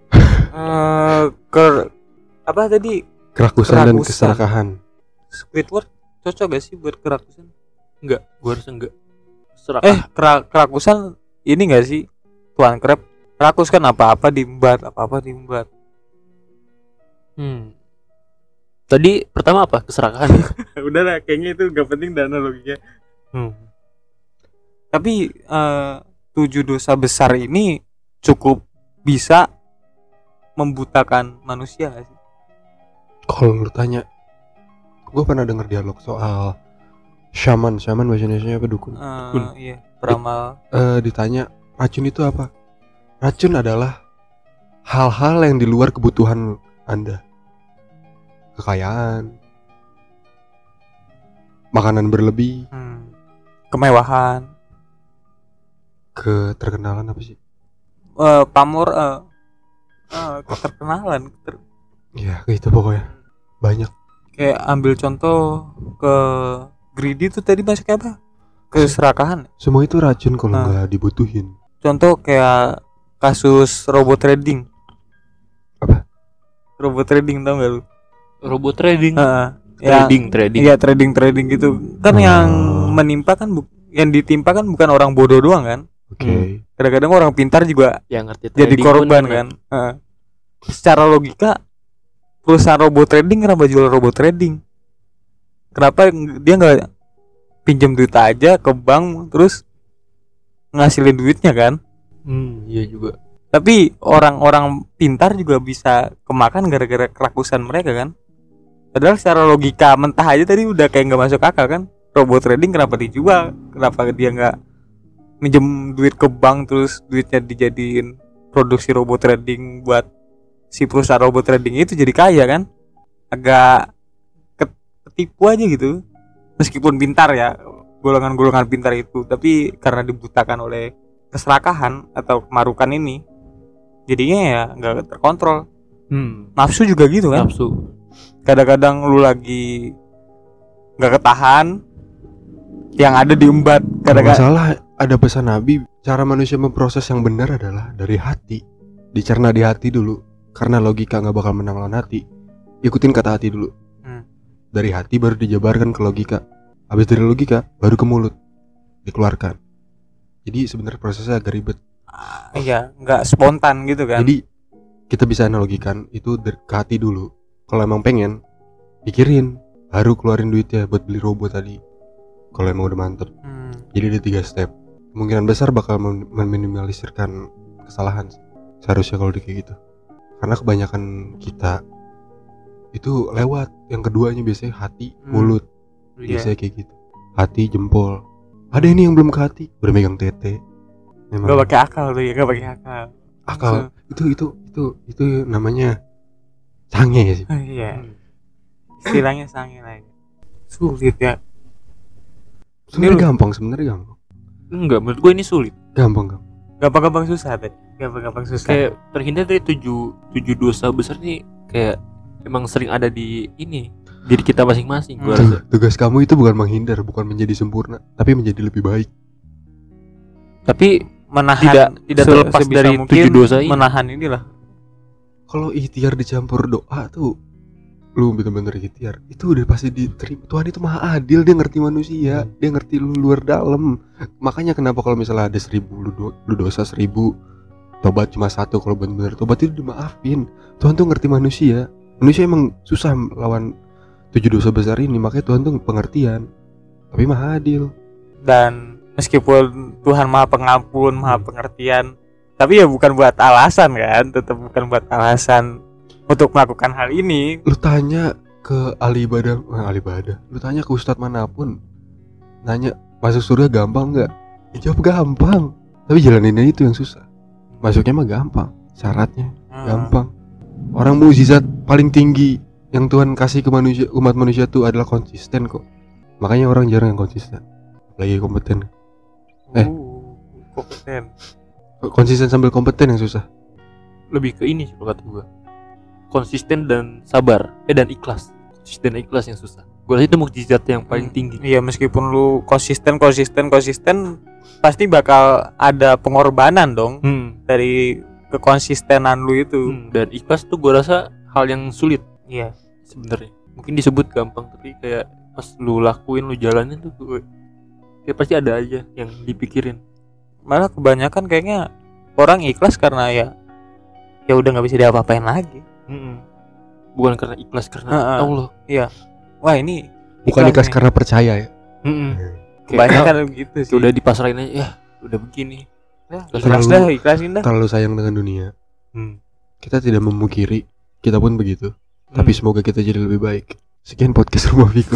Apa tadi? Kerakusan dan keserakahan. Squidward cocok gak sih buat kerakusan? Enggak, gua harus enggak. Serakah. Kerakusan ini gak sih? Tuan Crab kerakus kan apa-apa diembat. Tadi pertama apa? Keserakahan. Udah lah, kayaknya itu gak penting dan analoginya. Tapi 7 dosa besar ini cukup bisa membutakan manusia gak sih? Kalau lu tanya, gue pernah denger dialog soal shaman bahasa Indonesia apa, dukun? Iya, peramal. Ditanya racun itu apa? Racun adalah hal-hal yang di luar kebutuhan Anda. Kekayaan, makanan berlebih, kemewahan, keterkenalan apa sih? Pamor, keterkenalan. Ya kayak itu pokoknya banyak. Kayak ambil contoh ke greedy tuh tadi masuknya apa? Keserakahan. Semua itu racun kalau nggak dibutuhin. Contoh kayak kasus robot trading. Apa? Robot trading, tau gak lu? Robot trading. Trading. Iya, trading gitu. Kan yang menimpa kan yang ditimpa kan bukan orang bodoh doang kan? Oke. Kadang-kadang orang pintar juga yang ngerti jadi korban kan. Secara logika perusahaan robot trading kenapa jual robot trading? Kenapa dia nggak pinjam duit aja ke bank terus ngasilin duitnya kan? Iya juga. Tapi orang-orang pintar juga bisa kemakan gara-gara kerakusan mereka kan. Padahal secara logika mentah aja tadi udah kayak nggak masuk akal kan. Robot trading kenapa dijual? Kenapa dia nggak minjem duit ke bank terus duitnya dijadiin produksi robot trading buat si perusahaan robot trading itu jadi kaya kan? Agak ketipu aja gitu. Meskipun pintar ya, golongan-golongan pintar itu, tapi karena dibutakan oleh keserakahan atau kemarukan ini, jadinya ya nggak terkontrol. Nafsu juga gitu kan. Nafsu. Kadang-kadang lu lagi nggak ketahan, yang ada diembat. Kalau nggak salah ada pesan Nabi, cara manusia memproses yang benar adalah dari hati. Dicerna di hati dulu, karena logika nggak bakal menang lawan hati. Ikutin kata hati dulu. Dari hati baru dijabarkan ke logika. Habis dari logika baru ke mulut dikeluarkan. Jadi sebenarnya prosesnya agak ribet. Iya, nggak spontan gitu kan. Jadi kita bisa analogikan itu ke hati dulu. Kalau emang pengen, pikirin, baru keluarin duitnya buat beli robot tadi. Kalau emang udah mantep. Jadi ada 3 step. Kemungkinan besar bakal meminimalisirkan kesalahan. Seharusnya kalau kayak gitu. Karena kebanyakan kita itu lewat yang keduanya biasanya hati, mulut. Biasanya kayak gitu. Hati, jempol. Ada ini yang belum ke hati, udah megang tete. Memang Gak pakai akal tuh ya, gak pakai akal. akal. Itu namanya sange sih. Iya. Istilahnya sange lah. Sulit ya. Sebenarnya gampang. Enggak, menurut gue ini sulit. Gampang. Gampang-gampang susah tadi. Gampang-gampang susah. Kayak terhindar dari tujuh dosa besar nih, kayak emang sering ada di ini diri kita masing-masing. Gua rasa Tugas kamu itu bukan menghindar, bukan menjadi sempurna, tapi menjadi lebih baik. tapi menahan tidak terlepas sebisa dari mungkin 7 dosa ini. menahan inilah. Kalau ikhtiar dicampur doa tuh, lu bener-bener ikhtiar, itu udah pasti diterima. Tuhan itu maha adil, dia ngerti manusia, dia ngerti lu luar dalam. Makanya kenapa kalau misalnya ada 1000 lu dosa 1000, tobat cuma 1, kalau bener-bener tobat itu dimaafin. Tuhan tuh ngerti manusia. Manusia emang susah lawan 7 dosa besar ini, makanya Tuhan tuh pengertian, tapi maha adil. Dan meskipun Tuhan maha pengampun, maha pengertian, tapi ya bukan buat alasan kan, tetap bukan buat alasan untuk melakukan hal ini. Lu tanya ke ahli ibadah, lu tanya ke ustadz manapun, nanya masuk surga gampang nggak? Ya, jawab gampang, tapi jalaninnya itu yang susah. Masuknya mah gampang, syaratnya gampang. Orang mukjizat paling tinggi yang Tuhan kasih ke manusia, umat manusia tuh adalah konsisten kok. Makanya orang jarang yang konsisten, lagi kompeten. Kompeten. Konsisten sambil kompeten yang susah. Lebih ke ini sih kalau kata gue, konsisten dan sabar, dan ikhlas. Konsisten dan ikhlas yang susah. Gue rasa itu mukjizat yang paling tinggi. Iya, meskipun lu konsisten pasti bakal ada pengorbanan dong dari kekonsistenan lu itu. Dan ikhlas tuh gue rasa hal yang sulit. Iya. Sebenarnya mungkin disebut gampang, tapi kayak pas lu lakuin, lu jalanin tuh kayak pasti ada aja yang dipikirin. Malah kebanyakan kayaknya orang ikhlas karena ya udah nggak bisa diapa-apain lagi. Bukan karena ikhlas karena Allah. Iya. Wah, ini Bukan ikhlas karena percaya ya. Kebanyakan begitu sih. Udah dipasrahin aja, ya udah begini. Ya, ikhlasin dah. Terlalu sayang dengan dunia. Kita tidak memungkiri, kita pun begitu. Tapi semoga kita jadi lebih baik. Sekian podcast Rumah Viko.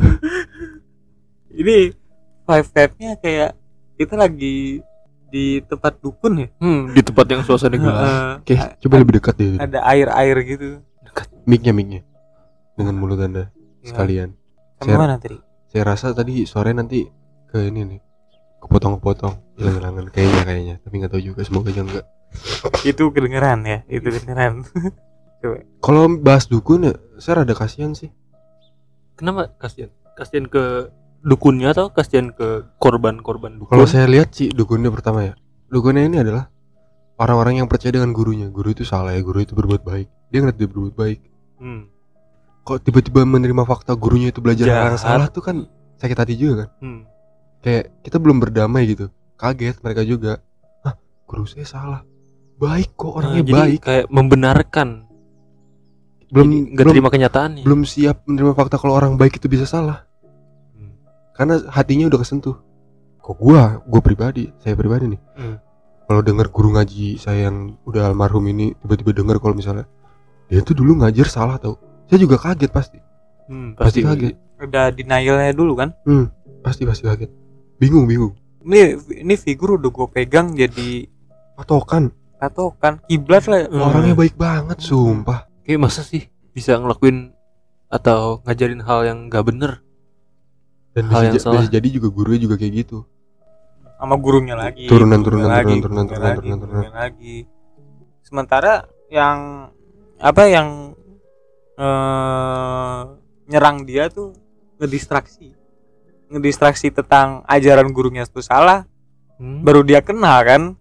Ini vibe-nya kayak kita lagi di tempat dukun ya. Di tempat yang suasana gelap. Oke, coba lebih dekat deh. Ada air-air gitu. Dekat. Mic-nya dengan mulut Anda sekalian. Mana tadi? Saya rasa tadi sore nanti ke ini nih, kepotong-kepotong, hilang-hilangan kayaknya, tapi nggak tahu juga, semoga aja enggak. Itu kedengeran ya, itu kedengeran. Coba. Kalau bahas dukun ya, saya rada kasihan sih. Kenapa kasihan? Kasihan ke dukunnya atau kasihan ke korban-korban dukun? Kalau saya lihat sih dukunnya pertama ya. Dukunnya ini adalah orang-orang yang percaya dengan gurunya. Guru itu salah ya, guru itu berbuat baik. Dia ngerti dia berbuat baik. Kok tiba-tiba menerima fakta gurunya itu belajar hal yang salah tuh kan sakit hati juga kan. Kayak kita belum berdamai gitu. Kaget mereka juga. Hah, guru saya salah. Baik kok, orangnya jadi baik. Kayak membenarkan. Belum terima kenyataannya. Belum siap menerima fakta kalau orang baik itu bisa salah. Karena hatinya udah kesentuh. Kok saya pribadi nih. kalau dengar guru ngaji saya yang udah almarhum ini tiba-tiba dengar kalau misalnya dia tuh dulu ngajar salah tau, saya juga kaget pasti. Pasti kaget. Udah denialnya dulu kan. Pasti kaget, bingung. Ini figur udah gue pegang jadi patokan kiblat lah. Orangnya baik banget sumpah. Kayak masa sih bisa ngelakuin atau ngajarin hal yang gak bener, dan hal yang salah. bisa jadi juga gurunya juga kayak gitu sama gurunya lagi. Turunan lagi. Sementara yang apa yang nyerang dia tuh ngedistraksi tentang ajaran gurunya itu salah. Baru dia kena kan.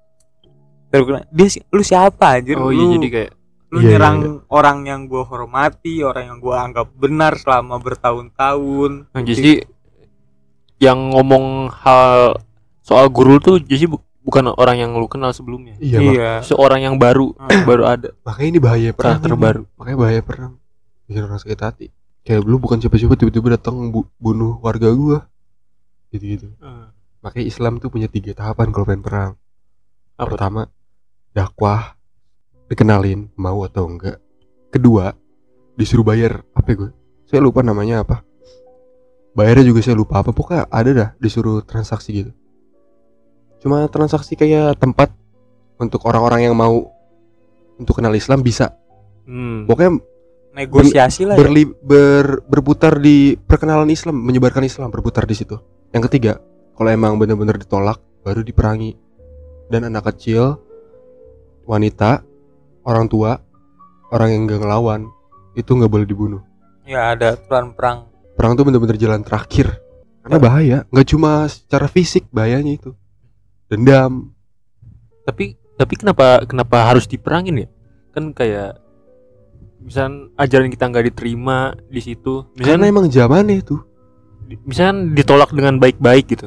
Dia lu siapa anjir? Oh iya, jadi kayak lu nyerang orang yang gua hormati, orang yang gua anggap benar selama bertahun-tahun. Jadi yang ngomong hal soal guru tuh jadi bukan orang yang lu kenal sebelumnya. Iya. Seorang yang baru ada. Makanya ini bahaya perang terbaru. Makanya bahaya perang. Bikin orang sakit hati. Kayak lu bukan siapa-siapa tiba-tiba datang bunuh warga gua. Gitu. Makanya Islam tuh punya 3 tahapan kalau pengen perang. Pertama, dakwah, dikenalin mau atau enggak. Kedua, disuruh bayar. Apa gue? Saya lupa namanya apa. Bayarnya juga saya lupa apa. Pokoknya ada dah disuruh transaksi gitu. Cuma transaksi kayak tempat untuk orang-orang yang mau untuk kenal Islam bisa. Pokoknya negosiasi lah berputar di perkenalan Islam, menyebarkan Islam, berputar di situ. Yang ketiga, kalau emang benar-benar ditolak baru diperangi. Dan anak kecil, wanita, orang tua, orang yang gak ngelawan itu gak boleh dibunuh. Ya ada aturan perang. Perang tuh benar-benar jalan terakhir. Karena bahaya, gak cuma secara fisik bahayanya itu. Dendam. Tapi kenapa harus diperangin ya? Kan kayak misalnya ajaran kita nggak diterima di situ. Karena emang zamannya itu. Misalnya ditolak dengan baik-baik gitu.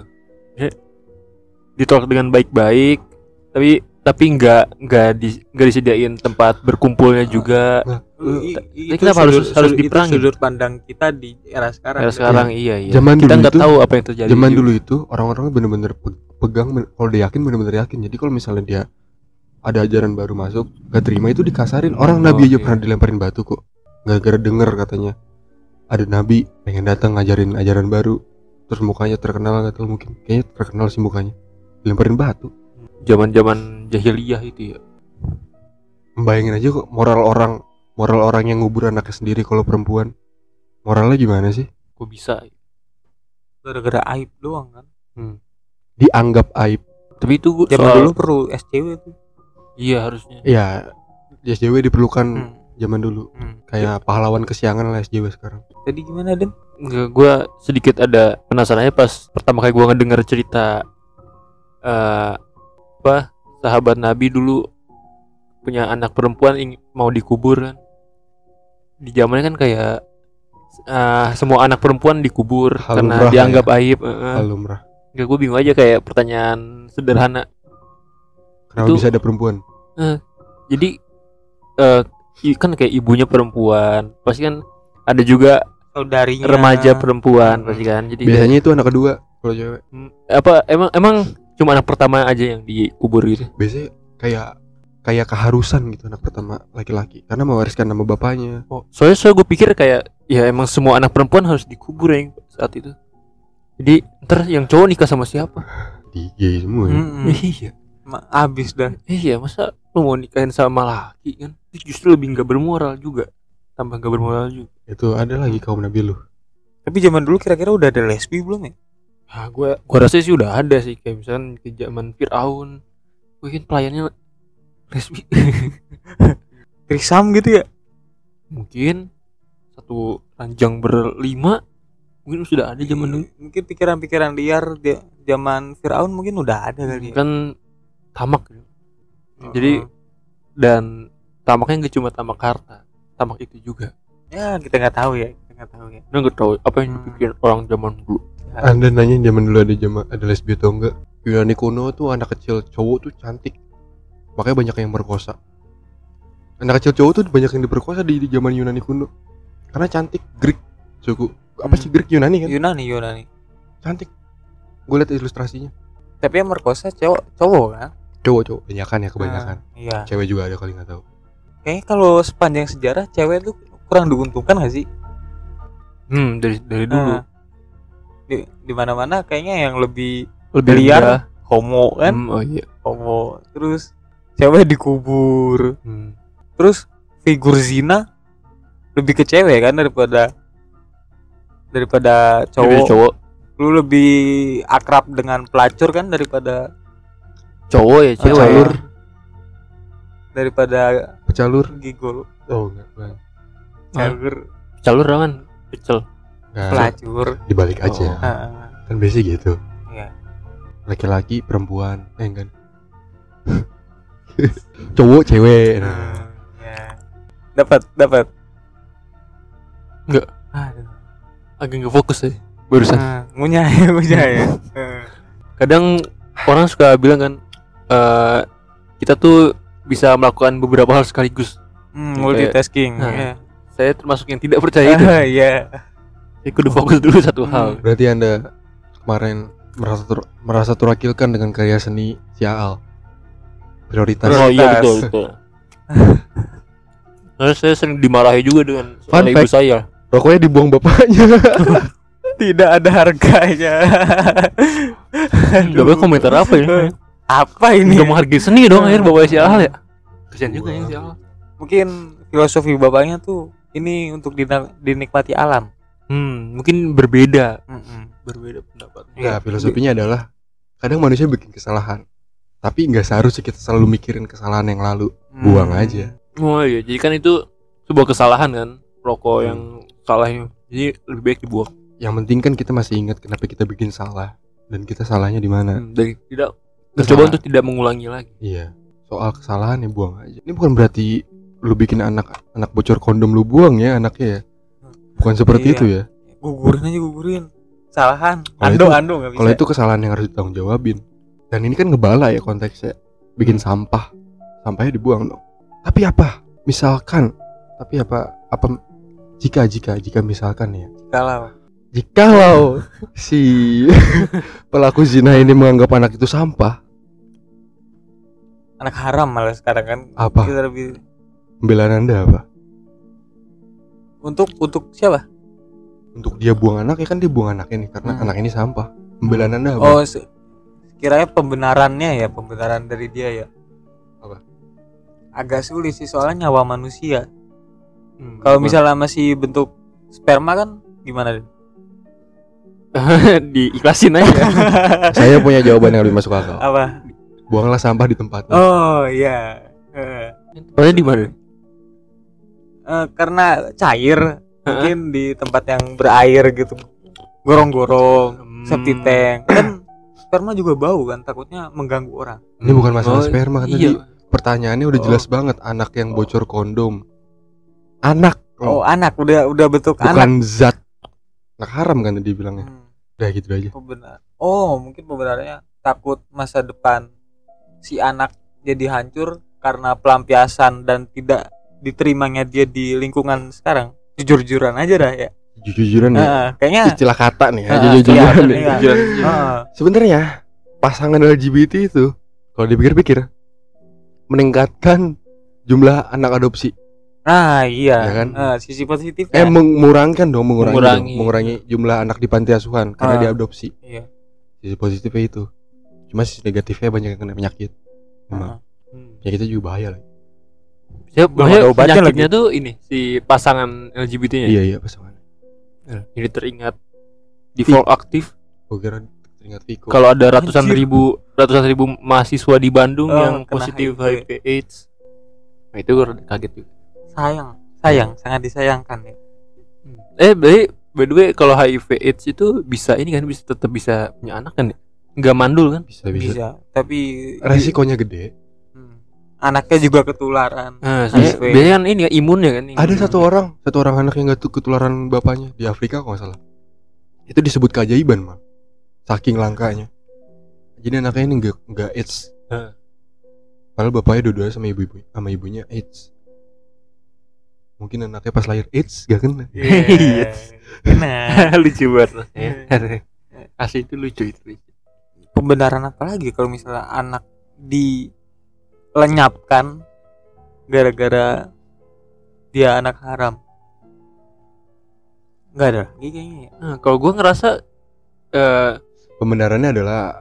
Ditolak dengan baik-baik, tapi nggak disediain tempat berkumpulnya juga. Kenapa harus diperangin? Itu sudut pandang kita di era sekarang. Iya. Zaman kita nggak itu, tahu apa yang terjadi. Zaman dulu itu orang-orang benar-benar pegang, kalau dia yakin benar-benar yakin. Jadi kalau misalnya dia ada ajaran baru masuk, gak terima itu dikasarin. Orang Nabi aja pernah dilemparin batu kok. Gara-gara denger katanya ada Nabi pengen datang ngajarin ajaran baru, terus mukanya terkenal, gak tahu mungkin kayaknya terkenal sih mukanya, dilemparin batu. Zaman jahiliyah itu ya. Bayangin aja kok moral orang yang ngubur anaknya sendiri kalau perempuan. Moralnya gimana sih? Kok bisa? Gara-gara aib doang kan. Dianggap aib. Tapi itu zaman dulu perlu SCW tuh. Iya harusnya. Iya, SJW diperlukan zaman dulu. Kayak pahlawan kesiangan lah SJW sekarang. Jadi gimana Den? Enggak, gue sedikit ada penasarannya pas pertama kali gue ngedenger cerita sahabat Nabi dulu punya anak perempuan mau dikubur kan. Di zamannya kan kayak semua anak perempuan dikubur karena dianggap aib. Lumrah. Enggak, gue bingung aja kayak pertanyaan sederhana. Kenapa bisa ada perempuan? Jadi kan kayak ibunya perempuan, pasti kan ada juga saudarinya remaja perempuan pasti kan. Jadi biasanya itu anak kedua kalau cewek. Apa emang cuma anak pertama aja yang dikubur gitu? Biasanya kayak keharusan gitu anak pertama laki-laki karena mewariskan nama bapaknya. Soalnya gue pikir kayak ya emang semua anak perempuan harus dikubur ya saat itu. Jadi ntar yang cowok nikah sama siapa? Gay semua ya. Iya. Abis dah. Iya, masa lu mau nikahin sama laki kan? Itu justru lebih gak bermoral juga. Tambah gak bermoral juga. Itu ada lagi kaum Nabi lu. Tapi zaman dulu kira-kira udah ada lesbi belum ya? Nah, gua rasa sih udah ada sih. Kayak misalnya ke zaman Fir'aun, mungkin pelayannya lesbi. Trisam gitu ya? Mungkin satu ranjang berlima. Mungkin sudah ada zaman dulu. Mungkin pikiran-pikiran liar zaman Fir'aun mungkin udah ada kali ya. Kan tamak. Jadi dan tamaknya nggak cuma tamak harta, tamak itu juga. Ya kita nggak tahu ya. Nggak tahu apa yang dipikirin orang zaman dulu. Anda nanya zaman dulu ada lesbi atau enggak? Yunani kuno tuh anak kecil cowok tuh cantik, makanya banyak yang merkosa. Anak kecil cowok tuh banyak yang diperkosa di zaman Yunani kuno karena cantik. Greek suku apa sih Greek Yunani kan? Yunani. Cantik. Gue liat ilustrasinya. Tapi yang merkosa cowok kan? Cowok banyakan ya, kebanyakan. Iya. Cewek juga ada kali, nggak tahu. Kayaknya kalau sepanjang sejarah cewek tuh kurang diuntungkan gak sih? Dari dulu. Di mana-mana kayaknya yang lebih Lebih liar rendah. homo kan? Oh iya. Homo. Terus cewek dikubur. Terus figur zina lebih ke cewek kan daripada cowok. Lebih cowok. Lu lebih akrab dengan pelacur kan daripada Cowok ya cewek. Pecalur. daripada Pecalur. gigolo. Oh enggak, bukan. Pelacur, Pecalur kan pecel. Nah, pelacur. dibalik aja. Oh. Kan biasa gitu. Iya. Laki-laki, perempuan, kan. Cowok, cewek. Nah. Ya. Dapat. Enggak. Aduh. Agak nggak fokus ya barusan. Ngunyah ya. Kadang orang suka bilang kan kita tuh bisa melakukan beberapa hal sekaligus. Multitasking. Nah. Ya. Saya termasuk yang tidak percaya itu. Iya. Saya kudu fokus dulu satu hal. Berarti Anda kemarin merasa terwakilkan dengan karya seni Sial. Prioritas. Oh iya betul. Karena saya sering dimarahi juga dengan Fun oleh ibu fact. saya. Rokoknya dibuang bapaknya. Tidak ada harganya. Bapak komentar apa ya? Apa ini? Gak menghargai seni dong akhir bapaknya si Al ya. Kasian juga ya si Al. Mungkin filosofi bapaknya tuh ini untuk dinikmati alam. Mungkin berbeda. Berbeda pendapat. Enggak, filosofinya adalah kadang manusia bikin kesalahan, tapi nggak seharusnya kita selalu mikirin kesalahan yang lalu. Buang aja. Oh iya, jadi kan itu sebuah kesalahan kan, rokok yang salahnya. Jadi lebih baik dibuang. Yang penting kan kita masih ingat kenapa kita bikin salah dan kita salahnya di mana. Dan tidak mencoba untuk tidak mengulangi lagi. Iya. Soal kesalahan ya buang aja. Ini bukan berarti lu bikin anak bocor kondom lu buang ya anaknya ya. Bukan seperti itu ya. Gugurin. Salahan. Kalau Ando enggak bisa. Kalau itu kesalahan yang harus ditanggung jawabin. Dan ini kan ngebala ya konteksnya. Bikin sampah. Sampahnya dibuang dong. Tapi apa? Misalkan. Tapi apa jika misalkan ya. Jikalau si pelaku zina ini menganggap anak itu sampah. Anak haram malah sekarang kan. Apa? Kita lebih Pembelaan Anda apa? untuk siapa? Untuk dia buang anak ya kan dia buang anaknya nih karena anak ini sampah. Pembelaan Anda apa? Oh, kiranya pembenarannya ya, pembenaran dari dia ya. Apa? Agak sulit sih soalnya nyawa manusia. Kalau misalnya masih bentuk sperma kan gimana? Diikhlasin aja. Saya punya jawaban yang lebih masuk akal. Apa? Buanglah sampah di tempatnya. Oh iya. Tempatnya di mana? Karena cair, mungkin di tempat yang berair gitu, gorong-gorong, septic tank. Kan sperma juga bau kan, takutnya mengganggu orang. Ini bukan masalah sperma kan tadi. Iya. Pertanyaannya udah jelas banget, anak yang bocor kondom. Anak. Oh, anak udah bentuk bukan anak. zat. Anak haram kan tadi bilangnya. Udah gitu aja. Benar. Oh, mungkin pembenarannya takut masa depan si anak jadi hancur karena pelampiasan dan tidak diterimanya dia di lingkungan sekarang. Jujur-jujuran aja dah ya. Jujur-jujuran ya. Kayaknya istilah kata nih ya. iya, Jujur-jujuran nih. iya. Sebenarnya pasangan LGBT itu kalau dipikir-pikir meningkatkan jumlah anak adopsi. Nah, iya. Ya kan? Sisi positifnya. Mengurangi dong, Mengurangi. mengurangi jumlah anak di panti asuhan karena diadopsi. Iya. Sisi positifnya itu. Cuma sisi negatifnya banyak yang kena penyakit. Memang. Penyakitnya juga bahaya lah. Maksudnya penyakitnya tuh ini si pasangan LGBT-nya. Iya pasangan. Ini teringat default aktif. Gue kira teringat Viko. Kalau ada ratusan ribu mahasiswa di Bandung yang kena positif HIV. HIV/AIDS. Nah itu gue kaget juga. Sayang, sangat disayangkan ya. By the way kalau HIV/AIDS itu bisa ini kan bisa tetap bisa punya anak kan ya? Nggak mandul kan? Bisa. Tapi resikonya gede. Anaknya juga ketularan. Biasanya kan ini ya imunnya kan. Ada satu orang anak yang nggak ketularan bapaknya di Afrika kalau nggak salah. Itu disebut keajaiban mal. Saking langkanya. Jadi anaknya ini nggak AIDS. Padahal bapaknya dua-duanya sama ibunya AIDS. Mungkin anaknya pas lahir AIDS gak kena. Kena. Lucu banget. Asli itu lucu itu. Pembenaran apa lagi kalau misalnya anak lenyapkan gara-gara dia anak haram. Nggak ada lagi kayaknya ya. Nah, kalau gue ngerasa Pembenarannya adalah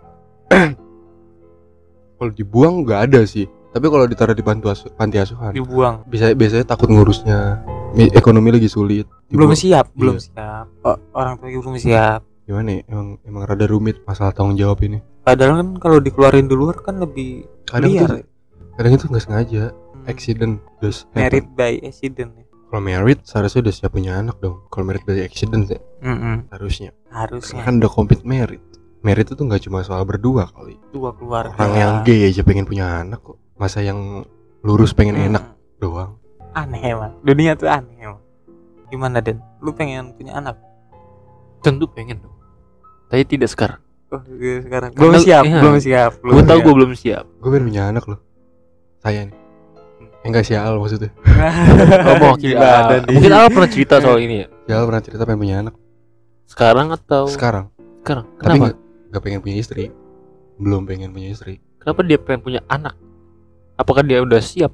kalau dibuang nggak ada sih. Tapi kalau ditaruh di panti asuhan Dibuang. biasanya takut ngurusnya. Ekonomi lagi sulit. Belum siap, Iya. belum siap. Orang tua belum siap. Gimana ya? Emang rada rumit masalah tanggung jawab ini. Padahal kan kalau dikeluarin di luar kan lebih liar. Kadang itu nggak sengaja. Accident just Married happen. by accident ya. Kalau married seharusnya udah siap punya anak dong. Kalau married by accident ya harusnya. Harusnya Kan udah komplit married. Married itu nggak cuma soal berdua kali. dua keluarga. Orang yang gay aja pengen punya anak kok. Masa yang lurus pengen enak doang. Aneh emang. Dunia tuh aneh emang. Gimana Den? Lu pengen punya anak? tentu pengen dong. Tapi tidak sekarang. Oh, sekarang Karena- belum siap, iya. belum siap. Gue tahu gue belum siap. Gue pengen punya anak loh. Saya nih. Enggak sial maksudnya. Oh, mau Gila, ada nih. mungkin Al pernah cerita soal ini ya. Sial pernah cerita pengen punya anak. Sekarang atau Sekarang. sekarang? Tapi Kenapa? nggak pengen punya istri. Belum pengen punya istri. Kenapa dia pengen punya anak? Apakah dia udah siap?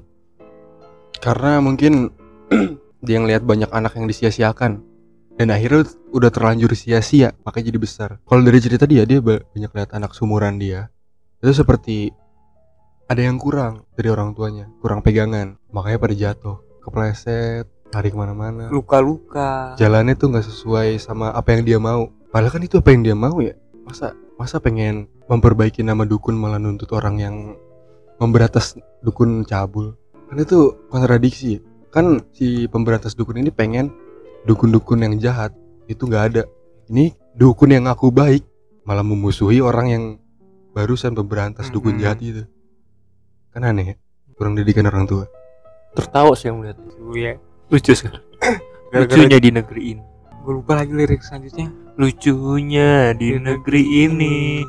Karena mungkin dia ngelihat banyak anak yang disia-siakan dan akhirnya udah terlanjur sia-sia makanya jadi besar. Kalau dari cerita dia banyak lihat anak sumuran dia itu seperti ada yang kurang dari orang tuanya, kurang pegangan, makanya pada jatuh, kepleset, lari kemana-mana. Luka-luka. Jalannya tuh nggak sesuai sama apa yang dia mau. Padahal kan itu apa yang dia mau ya. Masa pengen memperbaiki nama dukun malah nuntut orang yang memberantas dukun cabul. Kan itu kontradiksi. Kan si pemberantas dukun ini pengen dukun-dukun yang jahat itu nggak ada. Ini dukun yang ngaku baik malah memusuhi orang yang barusan pemberantas dukun jahat itu. Kan aneh ya. Kurang didikan orang tua. Tertawa sih yang melihat. Iya. Lucu sekali. Gara-gara Lucunya di negeri ini. gue lupa lagi lirik selanjutnya. Lucunya di negeri ini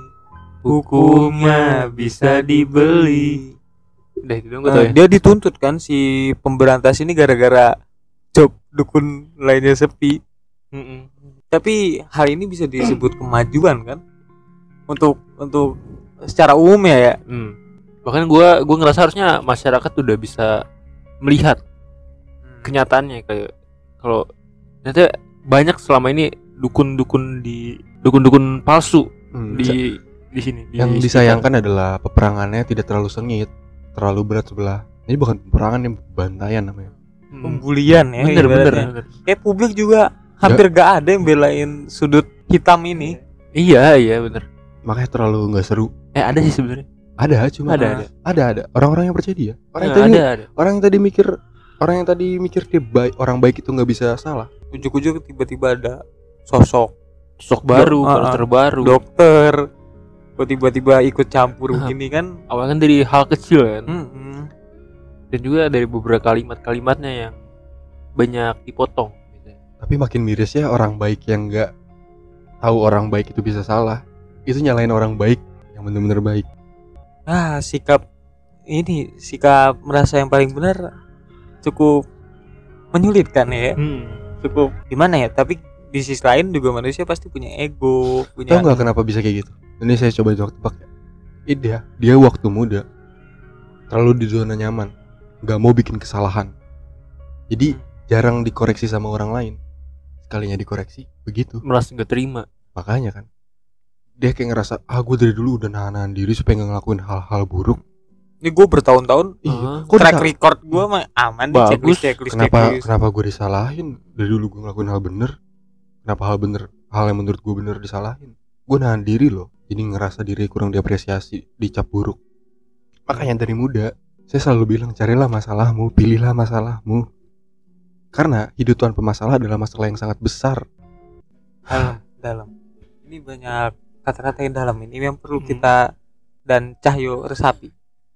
hukumnya bisa dibeli. Udah itu dong gue tahu ya. Dia dituntut kan si pemberantas ini gara-gara job dukun lainnya sepi. Tapi hal ini bisa disebut kemajuan kan? Untuk secara umum ya. Bahkan gue ngerasa harusnya masyarakat udah bisa melihat kenyataannya kayak kalau ternyata banyak selama ini dukun-dukun palsu di sini. Yang disayangkan adalah peperangannya tidak terlalu sengit, terlalu berat sebelah. Ini bukan peperangan, ini pembantaian namanya. Pembulian ya. Bener. ibaratnya. Kayak publik juga hampir gak ada yang belain sudut hitam ini. Iya bener. Makanya terlalu nggak seru. Ada sih sebenarnya. Ada cuma ada orang-orang yang percaya dia. Ada. Orang yang tadi mikir dia baik, orang baik itu nggak bisa salah. Ujuk-ujuk tiba-tiba ada sosok Baru, karakter baru. dokter kok tiba-tiba ikut campur begini kan. Awalnya kan dari hal kecil kan. Mm-mm. Dan juga dari beberapa kalimat-kalimatnya yang banyak dipotong gitu. Tapi makin miris ya orang baik yang nggak tahu orang baik itu bisa salah. Itu nyalain orang baik yang benar-benar baik. Sikap merasa yang paling benar cukup menyulitkan ya. Cukup gimana ya, tapi di sisi lain juga manusia pasti punya ego, punya. Tahu nggak kenapa bisa kayak gitu? Ini saya coba tebak ya. Dia waktu muda terlalu di zona nyaman, nggak mau bikin kesalahan. Jadi jarang dikoreksi sama orang lain. Sekalinya dikoreksi begitu. Merasa nggak terima. Makanya kan dia kayak ngerasa gue dari dulu udah nahan diri supaya nggak ngelakuin hal-hal buruk. Ini gue bertahun-tahun Kok track record gue mah aman di Bagus. checklist. Kenapa gue disalahin? Dari dulu gue ngelakuin hal bener. Kenapa hal yang menurut gue bener disalahin? Gue nahan diri loh. Jadi ngerasa diri kurang diapresiasi, dicap buruk. Makanya dari muda saya selalu bilang carilah masalahmu, pilihlah masalahmu. Karena hidup tanpa masalah adalah masalah yang sangat besar. Dalam. Ini banyak kata-kata yang dalam ini yang perlu kita dan Cahyo resapi.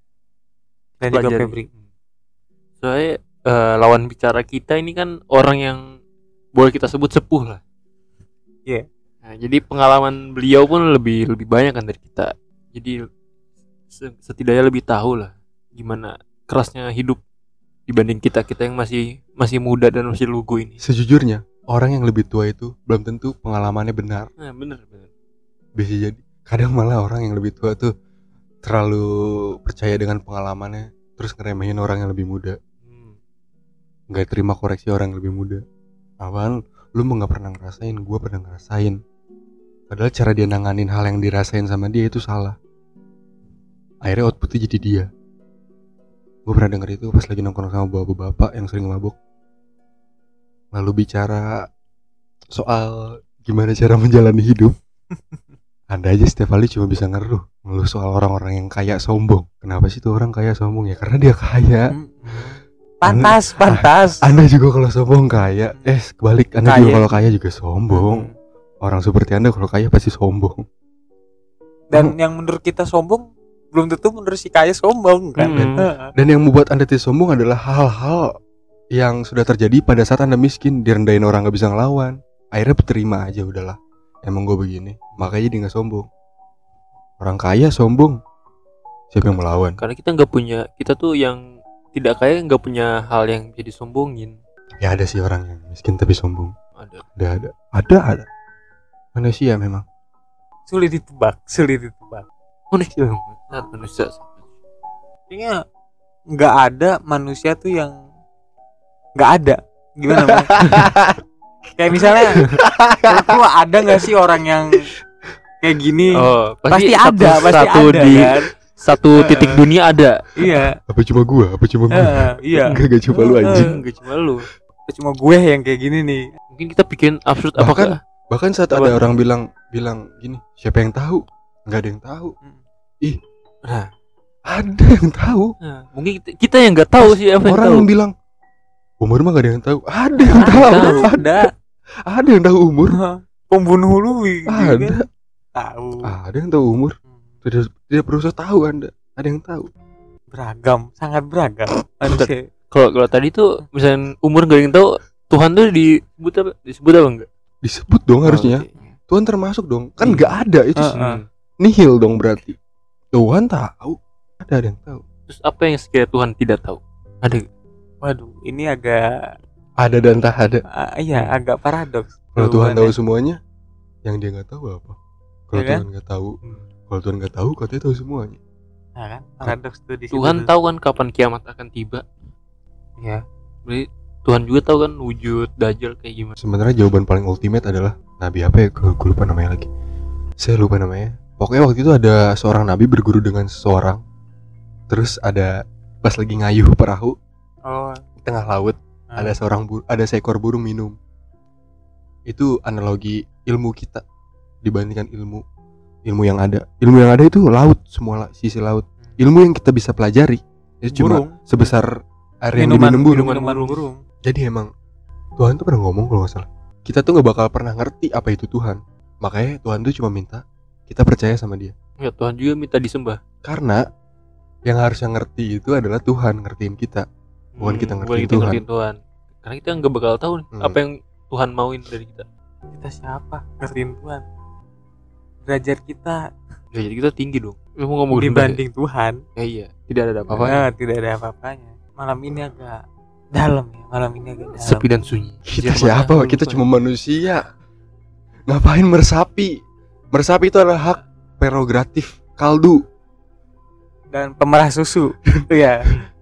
Dan juga Pelajari. Febri. Soalnya lawan bicara kita ini kan orang yang boleh kita sebut sepuh lah. Iya. Nah, jadi pengalaman beliau pun lebih banyak kan dari kita. Jadi setidaknya lebih tahu lah gimana kerasnya hidup dibanding kita yang masih muda dan masih lugu ini. Sejujurnya orang yang lebih tua itu belum tentu pengalamannya benar. Nah, bener. Bisa jadi kadang malah orang yang lebih tua tuh terlalu percaya dengan pengalamannya terus ngeremehin orang yang lebih muda, nggak terima koreksi orang yang lebih muda. Apaan? Lu mau nggak pernah ngerasain, gue pernah ngerasain. Padahal cara dia nanganin hal yang dirasain sama dia itu salah. Akhirnya outputnya jadi dia. Gue pernah denger itu pas lagi nongkrong sama bapak-bapak yang sering mabuk. Lalu bicara soal gimana cara menjalani hidup. Anda aja setiap kali cuma bisa ngeluh soal orang-orang yang kaya sombong. Kenapa sih tuh orang kaya sombong? Ya karena dia kaya. Pantas. Anda juga kalau sombong kaya. Kebalik, Anda juga kalau kaya juga sombong. Orang seperti Anda kalau kaya pasti sombong. Dan yang menurut kita sombong belum tentu menurut si kaya sombong kan. Dan yang membuat Anda tidak sombong adalah hal-hal yang sudah terjadi pada saat Anda miskin, direndahin orang gak bisa ngelawan. Akhirnya terima aja, udahlah, emang gue begini, makanya dia gak sombong. Orang kaya sombong, siapa yang melawan? Karena kita nggak punya, kita tuh yang tidak kaya nggak punya hal yang bisa disombongin. Ya ada sih orang yang miskin tapi sombong. Ada manusia memang Sulit ditebak. Manusia. Kayaknya nggak ada manusia tuh yang nggak ada. Gimana? Kayak misalnya, lu ada nggak sih orang yang kayak gini? Oh, pasti ada di kan? Satu titik dunia ada. Iya. Apa cuma gua? Iya. Enggak cuma lu anjing. Enggak cuma lu. Cuma gue yang kayak gini nih. Mungkin kita bikin absurd. Bahkan saat ada orang bilang gini, siapa yang tahu? Enggak ada yang tahu. Nah, ada yang tahu. Nah, mungkin kita yang nggak tahu sih apa yang orang tahu. yang bilang umur mah gak ada yang tahu. Ada yang tahu. Ada yang tahu umur. Pembunuh lu ada. Tahu. Ada yang tahu umur. Tidak berusaha tahu Anda. Ada yang tahu. Beragam, sangat beragam. Manusia. Kalau tadi tuh misalnya umur gak ada yang tahu, Tuhan tuh disebut apa enggak? Disebut dong harusnya. Tuhan termasuk dong. Kan gak ada itu. Nihil dong berarti. Tuhan tahu. Ada yang tahu. Terus apa yang sekiranya Tuhan tidak tahu? Ada. Waduh, ini agak ada dan tak ada. Iya, agak paradoks. Kalau Tuhan tahu semuanya, yang dia nggak tahu apa? Kalau ya Tuhan nggak tahu, kalau Tuhan nggak tahu, katanya tahu semuanya. Nah kan, paradoks tuh di situ. Tuhan tahu kan kapan kiamat akan tiba. Ya. Berarti Tuhan juga tahu kan wujud Dajjal kayak gimana. Sebenarnya jawaban paling ultimate adalah Nabi apa ya? Gue lupa namanya lagi. Saya lupa namanya. Pokoknya waktu itu ada seorang Nabi berguru dengan seseorang. Terus ada pas lagi ngayuh perahu. Di tengah laut ada seekor burung minum. Itu analogi ilmu kita dibandingkan ilmu yang ada. Ilmu yang ada itu laut, semua sisi laut. Ilmu yang kita bisa pelajari itu cuma sebesar air yang diminum burung. Jadi emang Tuhan tuh pernah ngomong kalau nggak salah, kita tuh nggak bakal pernah ngerti apa itu Tuhan. Makanya Tuhan tuh cuma minta kita percaya sama Dia. Ya, Tuhan juga minta disembah. Karena yang harusnya ngerti itu adalah Tuhan ngertiin kita. Bukan kita ngertiin Tuhan. Karena kita nggak bakal tahu nih apa yang Tuhan mauin dari kita. Kita siapa? Ngertiin Tuhan. Derajat kita tinggi dong. Mau ngomong dibanding Tuhan. Ya iya, tidak ada apa-apanya. Tidak ada apa-apanya. Malam ini agak dalam ya. Sepi dan sunyi. Kita siapa? Kita cuma manusia. Ngapain meresapi? Meresapi itu adalah hak prerogatif kaldu dan pemerah susu. Iya.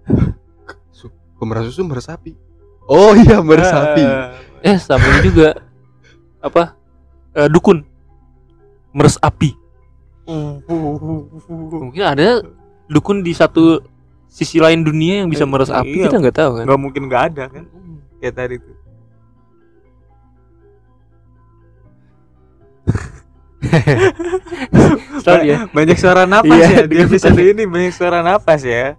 Pemerah susu meresapi. Oh iya, meresapi. Sama ini juga apa? Dukun meresapi. Mungkin ada dukun di satu sisi lain dunia yang bisa meresapi. Kita nggak tahu kan. Nggak mungkin nggak ada kan. Kayak tadi tuh. Banyak suara napas ya di episode ini. Banyak suara napas ya.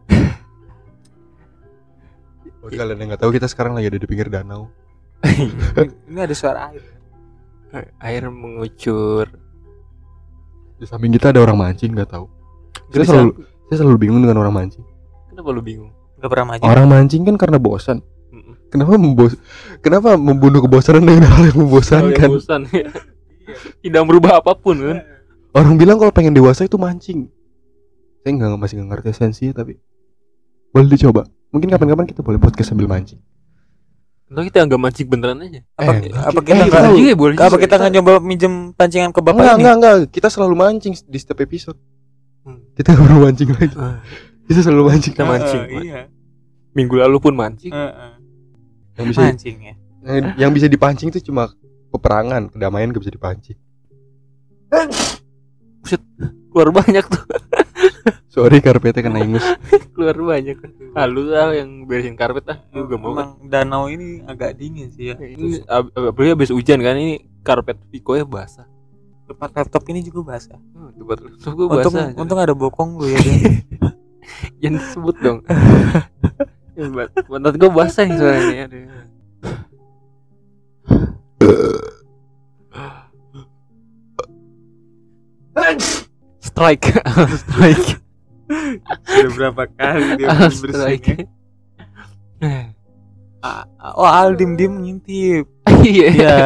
Kalian yang nggak tahu, kita sekarang lagi ada di pinggir danau. Ini ada suara air. Air mengucur. Di samping kita ada orang mancing, nggak tahu. Saya selalu bingung dengan orang mancing. Kenapa lu bingung? Gak pernah mancing. Orang mancing kan karena bosan. Kenapa membunuh kebosanan dengan hal yang membosankan? Tidak merubah apapun kan. Orang bilang kalau pengen dewasa itu mancing. Saya masih nggak ngerti esensinya, tapi boleh dicoba. Mungkin kapan-kapan kita boleh podcast sambil mancing. Kalau kita nggak mancing beneran aja. Apa kita nggak nyoba minjem pancingan ke bapak ini? Enggak. Kita selalu mancing di setiap episode. Kita baru mancing lagi. Kita selalu mancing. Kita mancing. Iya. Minggu lalu pun mancing. Yang bisa Mancing ya. yang bisa dipancing itu cuma peperangan, kedamaian gak bisa dipancing. Buset, keluar banyak tuh. Sorry karpetnya kena ingus. Keluar banyak. Lu yang beresin karpet lu gak mau kan? Emang danau ini agak dingin sih ya. Ini apalagi habis hujan kan, ini karpet Viko ya basah. Tempat laptop ini juga basah. Tempat laptop gua basah. Untung ada bokong lu ya. Dan. Jangan disebut dong. Pantat gua basah nih soalnya. Strike. Strike. Sudah berapa kali dia bersin. Oh, Al dim ngintip. Iya. Iya.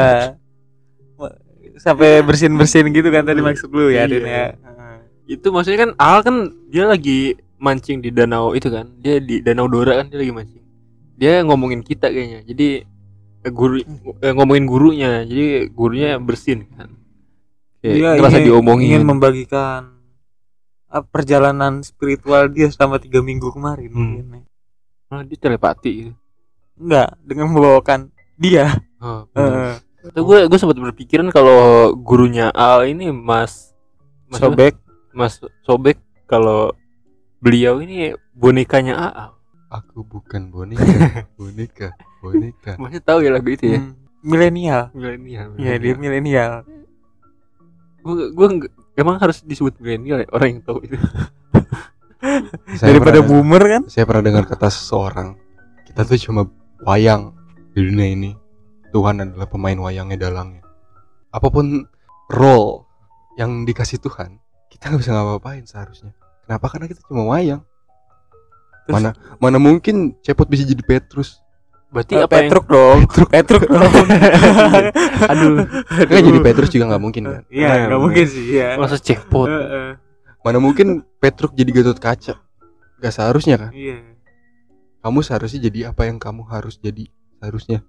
Sampai bersin gitu kan tadi maksud lu ya, Den ya. Itu maksudnya kan Al kan dia lagi mancing di danau itu kan. Dia di Danau Dora kan dia lagi mancing. Dia ngomongin kita kayaknya. Jadi ngomongin gurunya. Jadi gurunya bersin kan. Dia ngerasa diomongin. Ingin membagikan perjalanan spiritual dia selama 3 minggu kemarin mungkin. Dia telepati gitu. Enggak, dengan membawakan dia. Itu gue sempat berpikiran kalau gurunya Al ini Mas Sobek kalau beliau ini bonekanya Al. Aku bukan boneka. Masih tahu ya lagu itu ya? Milenial. Iya, dia milenial. Gue emang harus disebut milenial ya, orang yang tahu itu. Daripada boomer kan? Saya pernah dengar kata seseorang, kita tuh cuma wayang di dunia ini. Tuhan adalah pemain wayangnya, dalangnya. Apapun role yang dikasih Tuhan, kita nggak bisa ngapa-ngapain seharusnya. Kenapa? Karena kita cuma wayang. Terus, mana mungkin Cepot bisa jadi Petrus? Berarti apa Petruk dong. Petruk dong. Aduh. Nggak jadi Petrus juga nggak mungkin kan? Iya, nggak mungkin sih ya. Masa Cepot? Mana mungkin Petruk jadi Gatot Kaca? Gak seharusnya kan? Iya. Kamu seharusnya jadi apa yang kamu harus jadi seharusnya.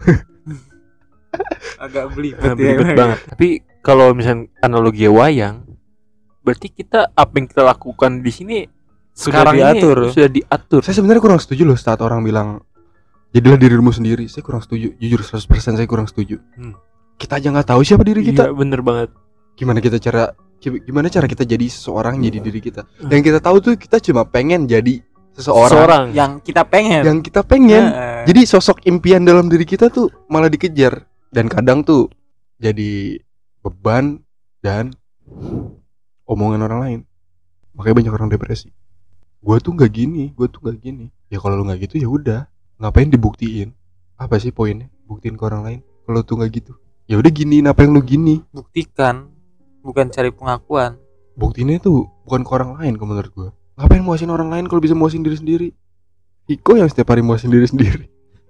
Agak belibet banget. Tapi kalau misalnya analogi wayang, berarti kita apa yang kita lakukan di sini sekarang sudah diatur. Saya sebenarnya kurang setuju loh saat orang bilang jadilah dirimu sendiri. Saya kurang setuju. Jujur 100% saya kurang setuju. Kita aja nggak tahu siapa diri kita. Iya, bener banget. Gimana cara kita jadi seseorang, jadi diri kita. Yang kita tahu tuh kita cuma pengen jadi seseorang yang kita pengen. Jadi sosok impian dalam diri kita tuh malah dikejar, dan kadang tuh jadi beban dan omongan orang lain. Makanya banyak orang depresi. Gue tuh nggak gini. Ya kalau lu nggak gitu ya udah, ngapain dibuktiin? Apa sih poinnya? Buktiin ke orang lain kalau tuh nggak gitu. Ya udah giniin apa yang lu gini. Buktikan, bukan cari pengakuan. Buktinya tuh bukan ke orang lain kalau menurut gue. Ngapain muasin orang lain kalau bisa muasin diri sendiri? Iko yang setiap hari muasin diri sendiri.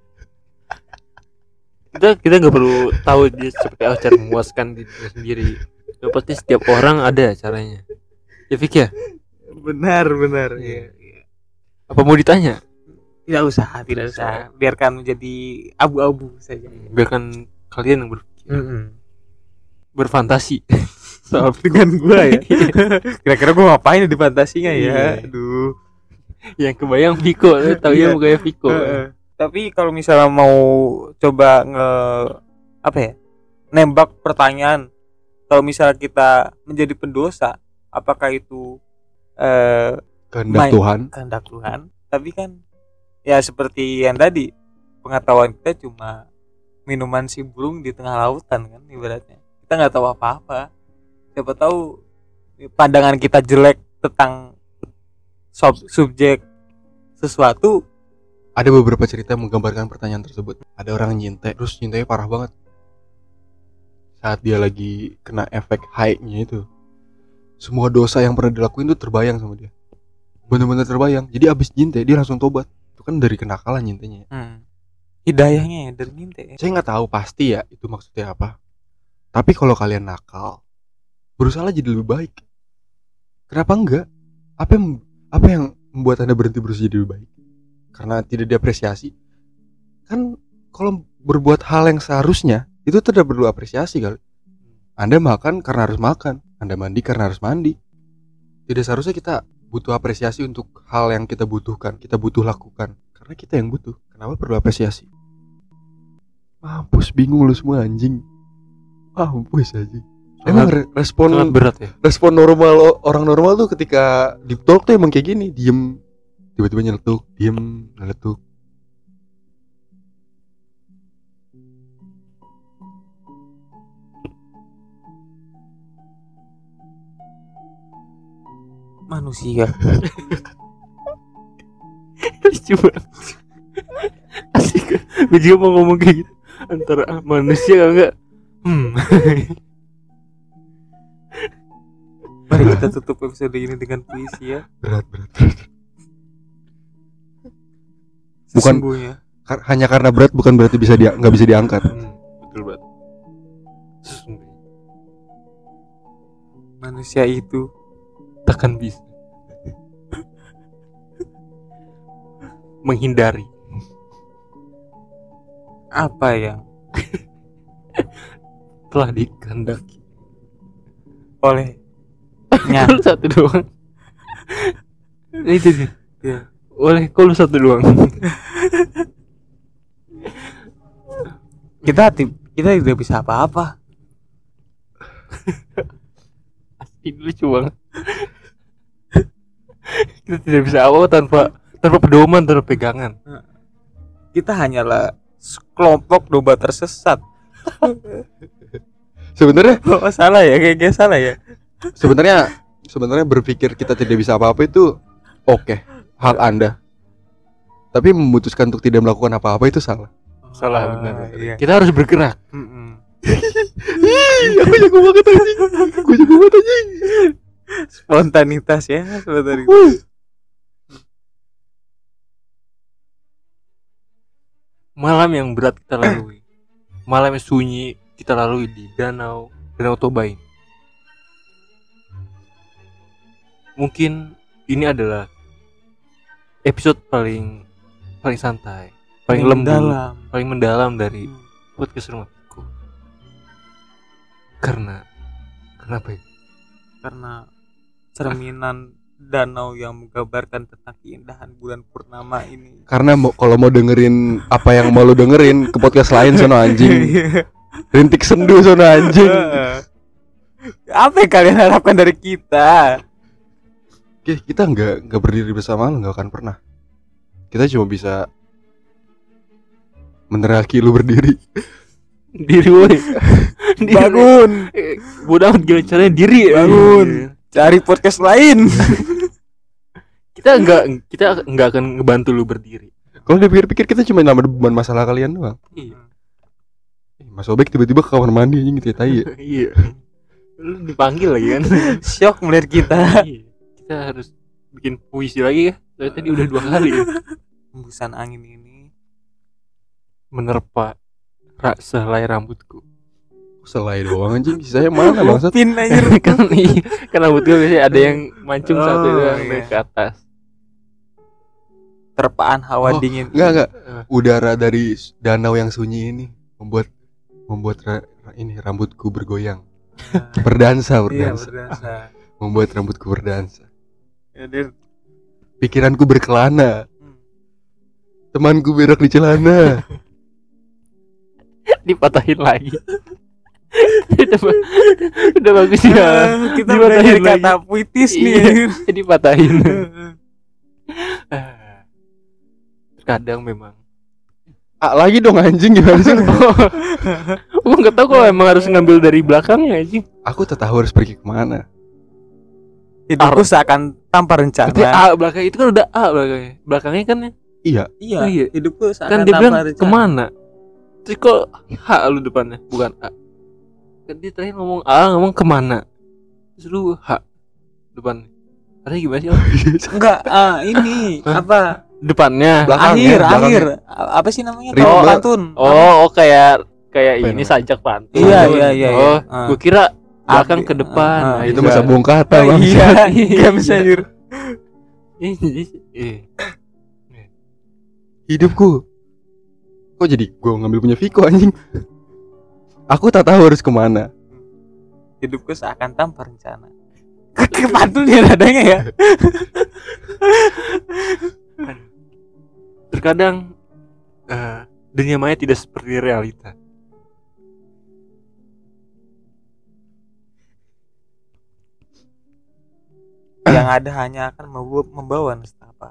Kita nggak perlu tahu dia seperti apa cara memuaskan diri sendiri. Yang pasti setiap orang ada caranya. Ya Fik ya? Benar. Iya. Apa mau ditanya? Tidak usah. Biarkan menjadi abu-abu saja. Biarkan kalian yang berpikir, berfantasi soal dengan gue ya. Kira-kira gue ngapain di fantasinya ya? Aduh. Yang kebayang Viko, tahu ya gaya Viko. Tapi kalau misalnya mau coba nembak pertanyaan, kalau misalnya kita menjadi pendosa, apakah itu kehendak Tuhan? Tapi kan ya seperti yang tadi, pengetahuan kita cuma minuman si burung di tengah lautan kan ibaratnya. Kita nggak tahu apa-apa. Siapa tahu pandangan kita jelek tentang subjek sesuatu. Ada beberapa cerita yang menggambarkan pertanyaan tersebut. Ada orang nyintai, terus nyintainya parah banget. Saat dia lagi kena efek high-nya itu, semua dosa yang pernah dilakuin itu terbayang sama dia. Benar-benar terbayang. Jadi abis nyintai dia langsung tobat. Itu kan dari kenakalan nyintainya. Hidayahnya dari nyintai. Saya nggak tahu pasti ya itu maksudnya apa. Tapi kalau kalian nakal, berusaha jadi lebih baik. Kenapa enggak? Apa yang membuat Anda berhenti berusaha jadi lebih baik? Karena tidak diapresiasi. Kan kalau berbuat hal yang seharusnya itu tidak perlu apresiasi kali. Anda makan karena harus makan, Anda mandi karena harus mandi. Tidak seharusnya kita butuh apresiasi untuk hal yang kita butuhkan, kita butuh lakukan. Karena kita yang butuh. Kenapa perlu apresiasi? Mampus, bingung lu semua anjing. Mampus aja. Emang respon sangat berat ya. Respon normal orang normal tuh ketika deep talk tuh emang kayak gini, diem, tiba-tiba nyeletuk, diem, nyeletuk. Manusia. Lucu banget. Asik. Gue juga mau ngomong kayak gitu. Antara manusia kalau enggak Mari kita tutup episode ini dengan puisi ya. Berat. Sesungguhnya Hanya karena berat bukan berarti nggak bisa diangkat. betul banget. Sesungguhnya manusia itu takkan bisa menghindari apa yang telah dikehendaki oleh Kalau satu doang. Itu sih. ya. Oleh kalau satu doang. Kita tidak bisa apa-apa. Asli lucu banget. Kita tidak bisa apa tanpa pedoman, tanpa pegangan. Kita hanyalah sekelompok domba tersesat. Sebenarnya Oh salah ya, kayaknya salah ya. Sebenarnya berpikir kita tidak bisa apa-apa itu oke, hak Anda. Tapi memutuskan untuk tidak melakukan apa-apa itu salah. Salah benar. Iya. Kita harus bergerak. Aku jago banget anjing. Spontanitas ya, spontanitas. Malam yang berat kita lalui. Malam yang sunyi kita lalui di Danau Toba ini. Mungkin ini adalah episode paling santai, paling lembut, paling mendalam dari podcast Rumah Pikul. Kenapa ya? Karena cerminan danau yang menggambarkan tentang keindahan bulan purnama ini. Karena kalau mau dengerin apa yang mau lu dengerin ke podcast lain sono anjing. Rintik sendu sono anjing. Apa yang kalian harapkan dari kita? Oke, kita nggak berdiri bersama lu, nggak akan pernah. Kita cuma bisa meneraki lu berdiri. Diri woi. Bangun. Bodoh amat gila caranya diri. Bangun. Cari podcast lain. Kita nggak akan ngebantu lu berdiri. Kalau dipikir-pikir kita cuma nambah beban masalah kalian doang. Iya. Mas Obek tiba-tiba ke kamar mandi anjing gitu tai ya. Iya. Lu dipanggil lagi kan. Syok melihat kita. Iya. Kita harus bikin puisi lagi ya. Soalnya tadi udah 2 kali ya. Hembusan angin ini menerpa sehelai rambutku. Selai doang anjing, sisanya mana bangsat? Pin anjir. kan rambut gue biasanya ada yang mancung satu doang iya. dari ke atas. Terpaan hawa dingin. Enggak. Udara dari danau yang sunyi ini membuat ini rambutku bergoyang. Berdansa. Iya, berdansa. Membuat rambutku berdansa. Ya, Dir. Pikiranku berkelana. Temanku berak di celana. Dipatahin lagi. udah bagus ya. Kita belajar kata puitis nih. Jadi patahin. Kadang memang. Lagi dong anjing, gimana sih? Gue nggak tahu kalau emang harus ngambil dari belakangnya anjing. Aku tak tahu harus pergi kemana. Hidupku seakan tanpa rencana. Berarti A belakang itu kan udah A belakangnya. Belakangnya kan ya. Iya. Iya. Hidupku seakan Kan dia tanpa bilang rencana. kemana? Terus kok H lu depannya bukan A. Kan dia terakhir ngomong A, ngomong kemana. Terus lu H depannya. Ada gimana sih? Enggak, ini apa? Depannya. Akhir. Apa sih namanya? Ritme. Kalau pantun. Oh, kayak Apa ini namanya? sajak pantun. Iya. Oh, gue kira belakang Abi- ke depan. Ah, Itu Iya. masa bung kata bang. Iya, enggak bisa anjir. Iya. Hidupku. Kok jadi gue ngambil punya Viko anjing? Aku tak tahu harus kemana. Hidupku seakan tanpa rencana. Ke pantun ya nadanya ya. Terkadang dunia maya tidak seperti realita. Yang ada hanya akan membawa nestapa.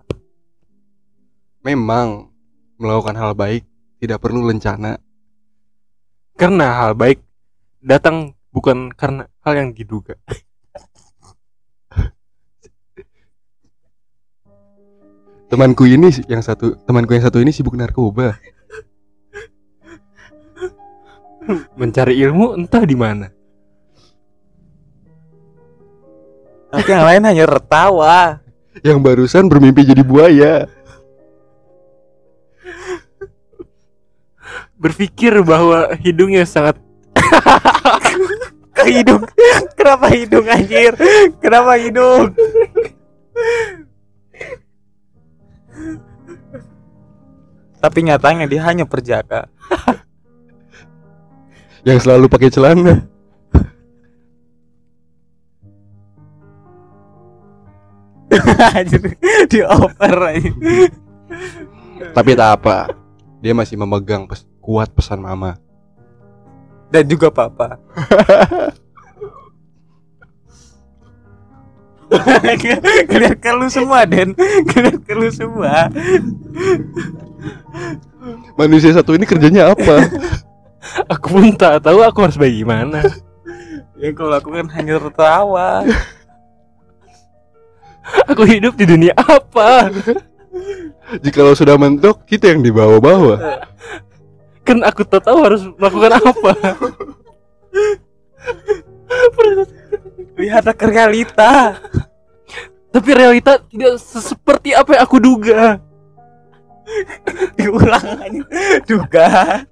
Memang melakukan hal baik tidak perlu rencana. Karena hal baik datang bukan karena hal yang diduga. Temanku yang satu ini sibuk narkoba. Mencari ilmu entah di mana. Tapi yang lain hanya tertawa. Yang barusan bermimpi jadi buaya. Berpikir bahwa hidungnya sangat Ke hidung. Kenapa hidung anjir? Kenapa hidung? Tapi nyatanya dia hanya perjaka. Yang selalu pakai celana. Anjir, dioper aja. Tapi tak apa, dia masih memegang kuat pesan mama. Dan juga papa. Kalian lu semua, Den. Kalian lu semua. Manusia satu ini kerjanya apa? aku pun tak tahu aku harus bagaimana. Yang kau lakukan hanya tertawa. Aku hidup di dunia apa? Jikalau sudah mentok, kita yang dibawa-bawa. Kan aku tak tahu harus melakukan apa. Lihatlah ke realita. Tapi realita tidak seperti apa yang aku duga. Diulang aja. Duga.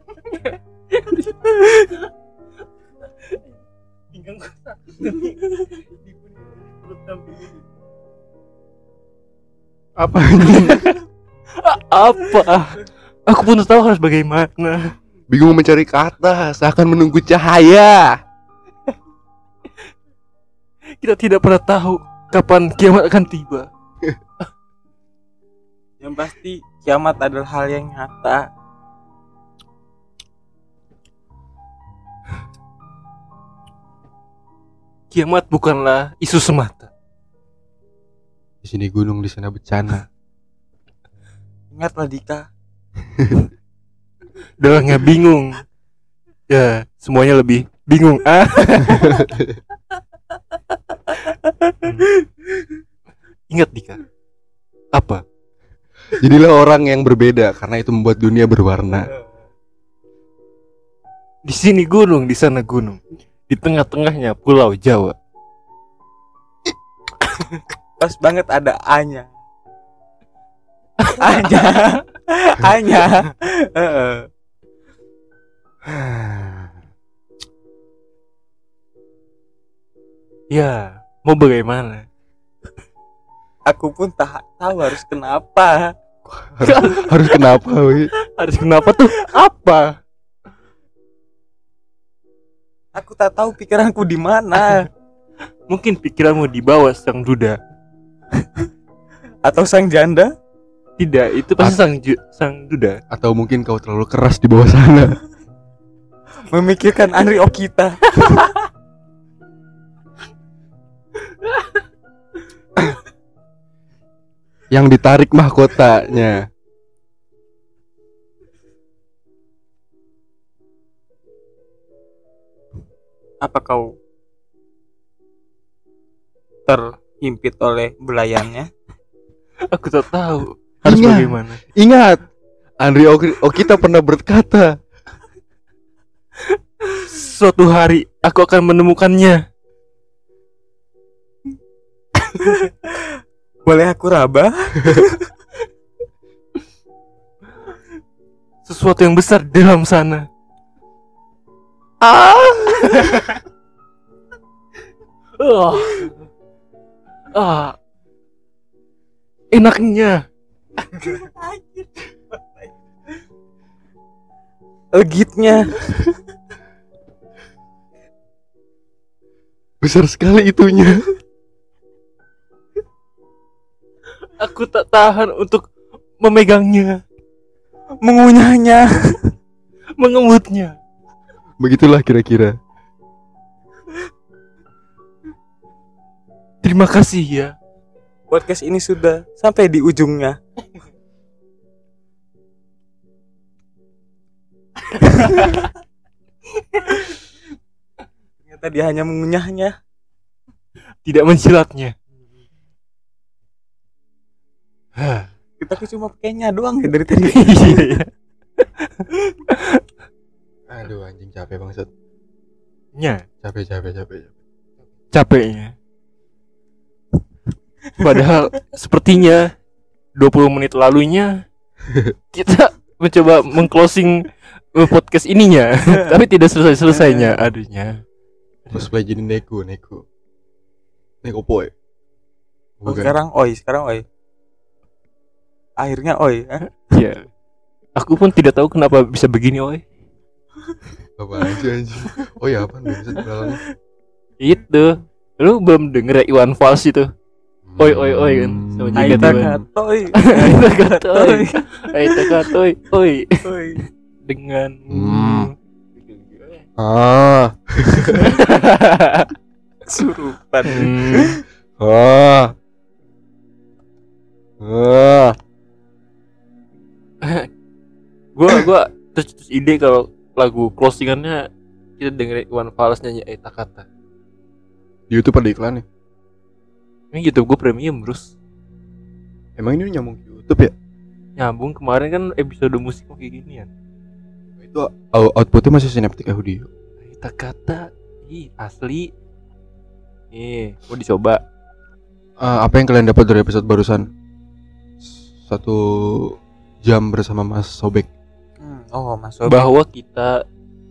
Apa? Apa? Aku pun tak tahu harus bagaimana. Bingung mencari kata, seakan menunggu cahaya. Kita tidak pernah tahu kapan kiamat akan tiba. Yang pasti kiamat adalah hal yang nyata. Kiamat bukanlah isu semata. Di sini gunung, di sana bencana. Ingatlah Dika. Dalangnya bingung. Ya, semuanya lebih bingung. Ingat Dika. Apa? Jadilah orang yang berbeda, karena itu membuat dunia berwarna. Di sini gunung, di sana gunung. Di tengah-tengahnya pulau Jawa. Pas banget ada A-nya. A-nya. A-nya. Ya, mau bagaimana? Aku pun tak tahu harus kenapa. Harus kenapa, we? Harus kenapa tuh? Apa? Aku tak tahu pikiranku di mana. Mungkin pikiranmu di bawah sang duda. Atau sang janda? Tidak, itu pasti sang duda. Atau mungkin kau terlalu keras di bawah sana. Memikirkan Andri Okita. Yang ditarik mahkotanya. Apa kau terhimpit oleh belayannya? Aku tak tahu harus Ingat. bagaimana. Ingat, Andri Okita pernah berkata, Suatu hari aku akan menemukannya. Boleh aku raba? Sesuatu yang besar di dalam sana. Enaknya. Legitnya. besar sekali itunya. Aku tak tahan untuk memegangnya, Mengunyahnya. mengemutnya. Begitulah kira-kira. Terima kasih ya. Podcast ini sudah sampai di ujungnya. Ternyata dia hanya mengunyahnya, Tidak menjilatnya. kita kan cuma pakainya doang ya dari tadi. Iya. Aduh anjing capek banget. Nya, Capek. capeknya. Padahal sepertinya 20 menit lalunya kita mencoba mengclosing podcast ininya, tapi tidak selesainya. Aduhnya. Cosplay jadi Neko boy. Oh, sekarang oi. Akhirnya oi, Iya. Aku pun tidak tahu kenapa bisa begini, oi. Apa aja anjing. Oh ya apaan bangsat belakangnya. Itu. Lu belum denger ya Iwan Fals itu? Oi kan sama Aita Jika Tuhan. katoi. Aita katoi. Oi. Oi. Dengan Ah. Surupan. Ah. Gua terus ide kalau lagu closingannya kita dengerin Iwan Fals nyanyi Aita kata. Di YouTube ada iklannya. Ini YouTube gue premium terus. Emang ini nyambung ke YouTube ya? Nyambung kemarin kan episode musik kayak gini ya. Itu outputnya masih Synaptic Audio. Aita kata, asli. Mau dicoba. Apa yang kalian dapat dari episode barusan? 1 jam bersama Mas Sobek. Oh, Mas Sobek. Bahwa kita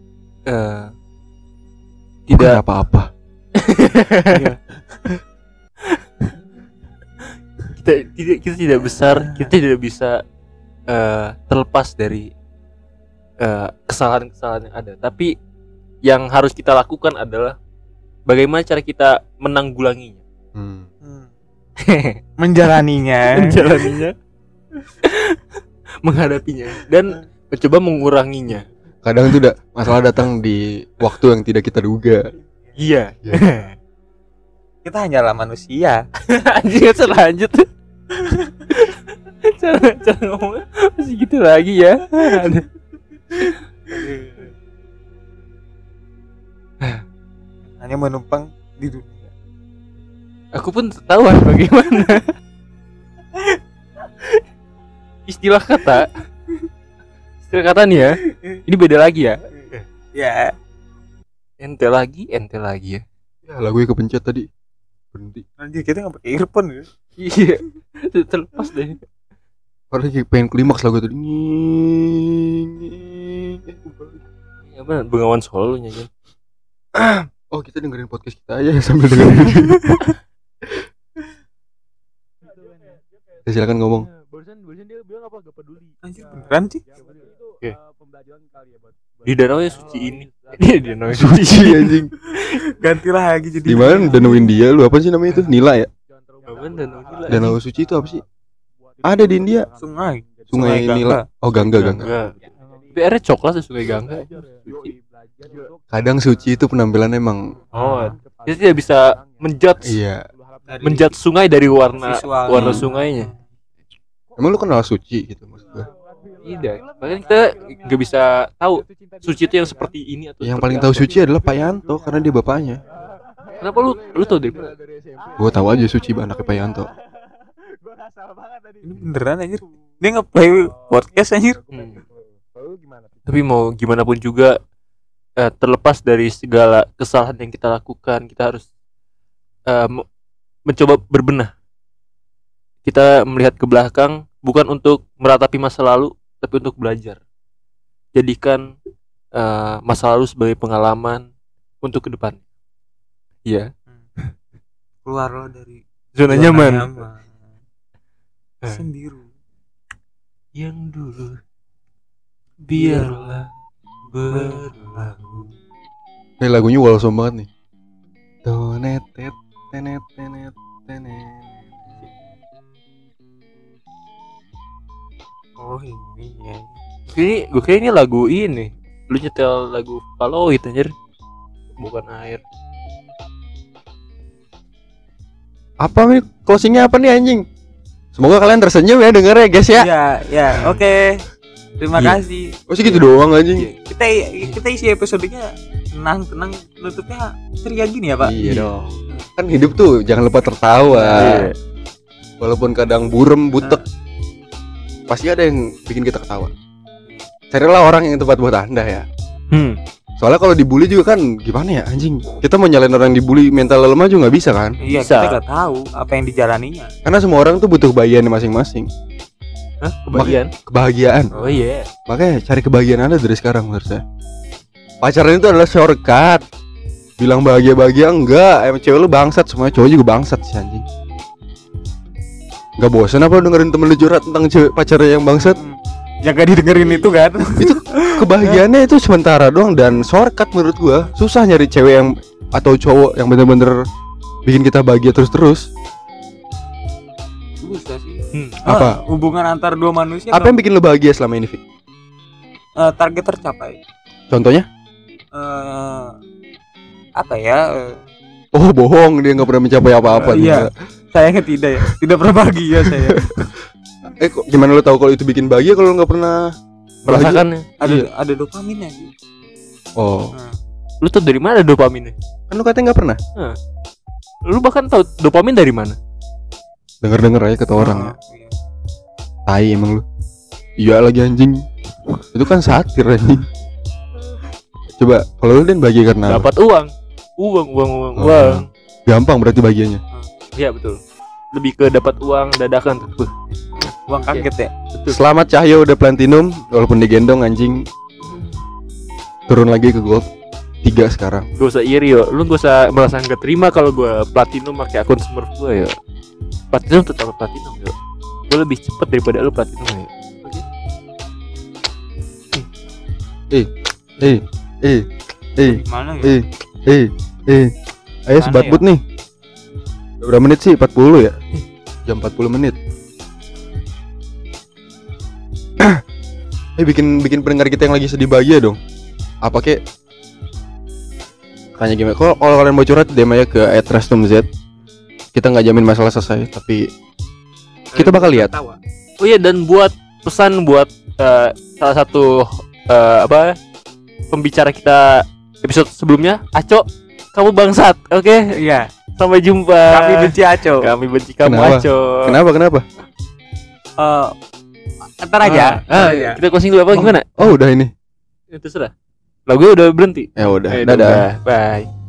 Tidak tidak apa-apa. kita tidak besar, kita tidak bisa terlepas dari kesalahan-kesalahan yang ada. Tapi yang harus kita lakukan adalah bagaimana cara kita menanggulanginya, Menjalaninya. menghadapinya, dan mencoba menguranginya. Kadang tuh masalah datang di waktu yang tidak kita duga. Iya. Kita hanyalah manusia. Anjing selanjut. cara ngomongnya masih gitu lagi ya. Hanya menumpang di dunia. Aku pun tahu harus bagaimana. Istilah kata nih ya. Ini beda lagi ya. Ya. Ente lagi ya. Ya lagunya kepencet tadi. Berhenti. Anjir kita nggak pakai earphone ya. Iya. Terlepas deh. Padahal kayak pengen klimaks lagu tadi. Ya benar, Bengawan Solo lu nyanyi. Oh kita dengerin podcast kita aja sambil dengerin. Ya, silakan ngomong. Barusan dia bilang apa? Gak peduli. Anjir beneran sih. Oke. Pembelajaran kali ya buat di danau yang suci ini. Di danau yang suci. Suci anjing. Ganti lagi jadi. Di mana danau India lu apa sih namanya itu? Nila ya? Apaan danau gila? Danau suci itu apa sih? Ada di India. Sungai Sungai Nila. Oh Gangga. Enggak. Tapi airnya coklat ya Sungai Gangga. Kadang suci itu penampilannya emang. Oh, kita tidak bisa menjudge Iya. menjudge sungai dari warna Visualnya. sungainya. Emang lu kenal suci gitu maksud gue? Tidak. Bahkan kita nggak bisa tahu suci itu yang seperti ini atau Yang seperti paling tahu suci adalah Pak Yanto karena dia bapaknya. Kenapa lu tahu dari mana? Gue tahu aja suci anaknya Pak Yanto. Ini beneran anjir. Dia nge-play podcast anjir. Tapi mau gimana pun juga terlepas dari segala kesalahan yang kita lakukan, kita harus mencoba berbenah. Kita melihat ke belakang bukan untuk meratapi masa lalu, tapi untuk belajar. Jadikan masa lalu sebagai pengalaman untuk ke depan. Iya. Keluar lo dari Zona nyaman. Sendiri. Yang dulu biarlah berlalu. Ini lagunya walsom banget nih. Tonet tenet tenet tenet. Oh ini ya. Gue kira ini lagu ini. Lu nyetel lagu Paloid anjir. Bukan air. Apa nih closingnya apa nih anjing? Semoga kalian tersenyum ya dengernya guys ya. Ya, oke. Terima Iya. kasih. Oh segitu doang anjing. Kita isi episodenya tenang, nutupnya ceria gini ya, Pak. Iya dong. Kan hidup tuh jangan lupa tertawa. Iya. Walaupun kadang burem, butek, pasti ada yang bikin kita ketawa. Carilah orang yang tepat buat Anda ya. Soalnya kalau dibully juga kan gimana ya anjing. Kita mau nyalain orang yang dibully mental lemah juga nggak bisa kan? Iya, Bisa. kita nggak tahu apa yang dijalaninya. Karena semua orang tuh butuh kebahagiaan masing-masing. Hah? Kebahagiaan? Kebahagiaan. Oh iya. Makanya cari kebahagiaan Anda dari sekarang menurut saya. Pacaran itu adalah shortcut. Bilang bahagia-bahagia enggak. Emang cewek lu bangsat, semuanya cowok juga bangsat sih anjing. Gak bosan apa dengerin temen lu curhat tentang cewek pacarnya yang bangsat? Yang gak didengerin itu kan? Itu kebahagiaannya itu sementara doang dan shortcut menurut gua. Susah nyari cewek yang atau cowok yang bener-bener bikin kita bahagia terus-terus. Susah sih. Apa? Hubungan antar dua manusia. Apa yang bikin lu bahagia selama ini, Fik? Target tercapai? Contohnya? Apa ya? Oh bohong, dia nggak pernah mencapai apa-apa. Iya. Sayangnya tidak ya. Tidak pernah bahagia saya. Kok gimana lu tahu kalau itu bikin bahagia kalau lu nggak pernah Merasakannya. Ada dopaminnya gitu. Oh, Lu tau dari mana dopaminnya? kan lu katanya nggak pernah. Lu bahkan tahu dopamin dari mana? Dengar-dengar aja kata orang. Ya. Iya. Tai emang lu. Iya lagi anjing. Itu kan satir anjing. Coba kalau lu Den bahagia karena apa? Dapat uang. Uang. Gampang berarti bahagianya. Iya betul. Lebih ke dapat uang dadakan tuh. Uang kaget ya. Selamat Cahyo udah platinum walaupun digendong anjing. Turun lagi ke gold 3 sekarang. Gak usah iri yo. Lu gak usah merasa nggak terima kalau gue platinum pakai akun Smurf gue ya. Platinum tetap platinum yo. Gue lebih cepet daripada lu platinum ya. Oke. Gimana ya? Ayo Mana sebat ya? but nih. Udah berapa menit sih? 40 ya? Jam 40 menit. Bikin pendengar kita yang lagi sedih bahagia dong. Apa kek? Tanya gimana? Kalau kalian mau curhat DM aja ke @rastumz. Kita nggak jamin masalah selesai, tapi kita bakal lihat. Oh iya, dan buat pesan buat salah satu pembicara kita episode sebelumnya, Aco, kamu bangsat. Oke? Iya. Sampai jumpa. Kami benci Aco. Kami benci kamu, Kenapa? Aco. Kenapa? Ntar aja. Kita closing dulu apa gimana? Oh, udah ini. Itu terserah. Lagu udah berhenti. Ya udah. Eh, Dadah. Bye.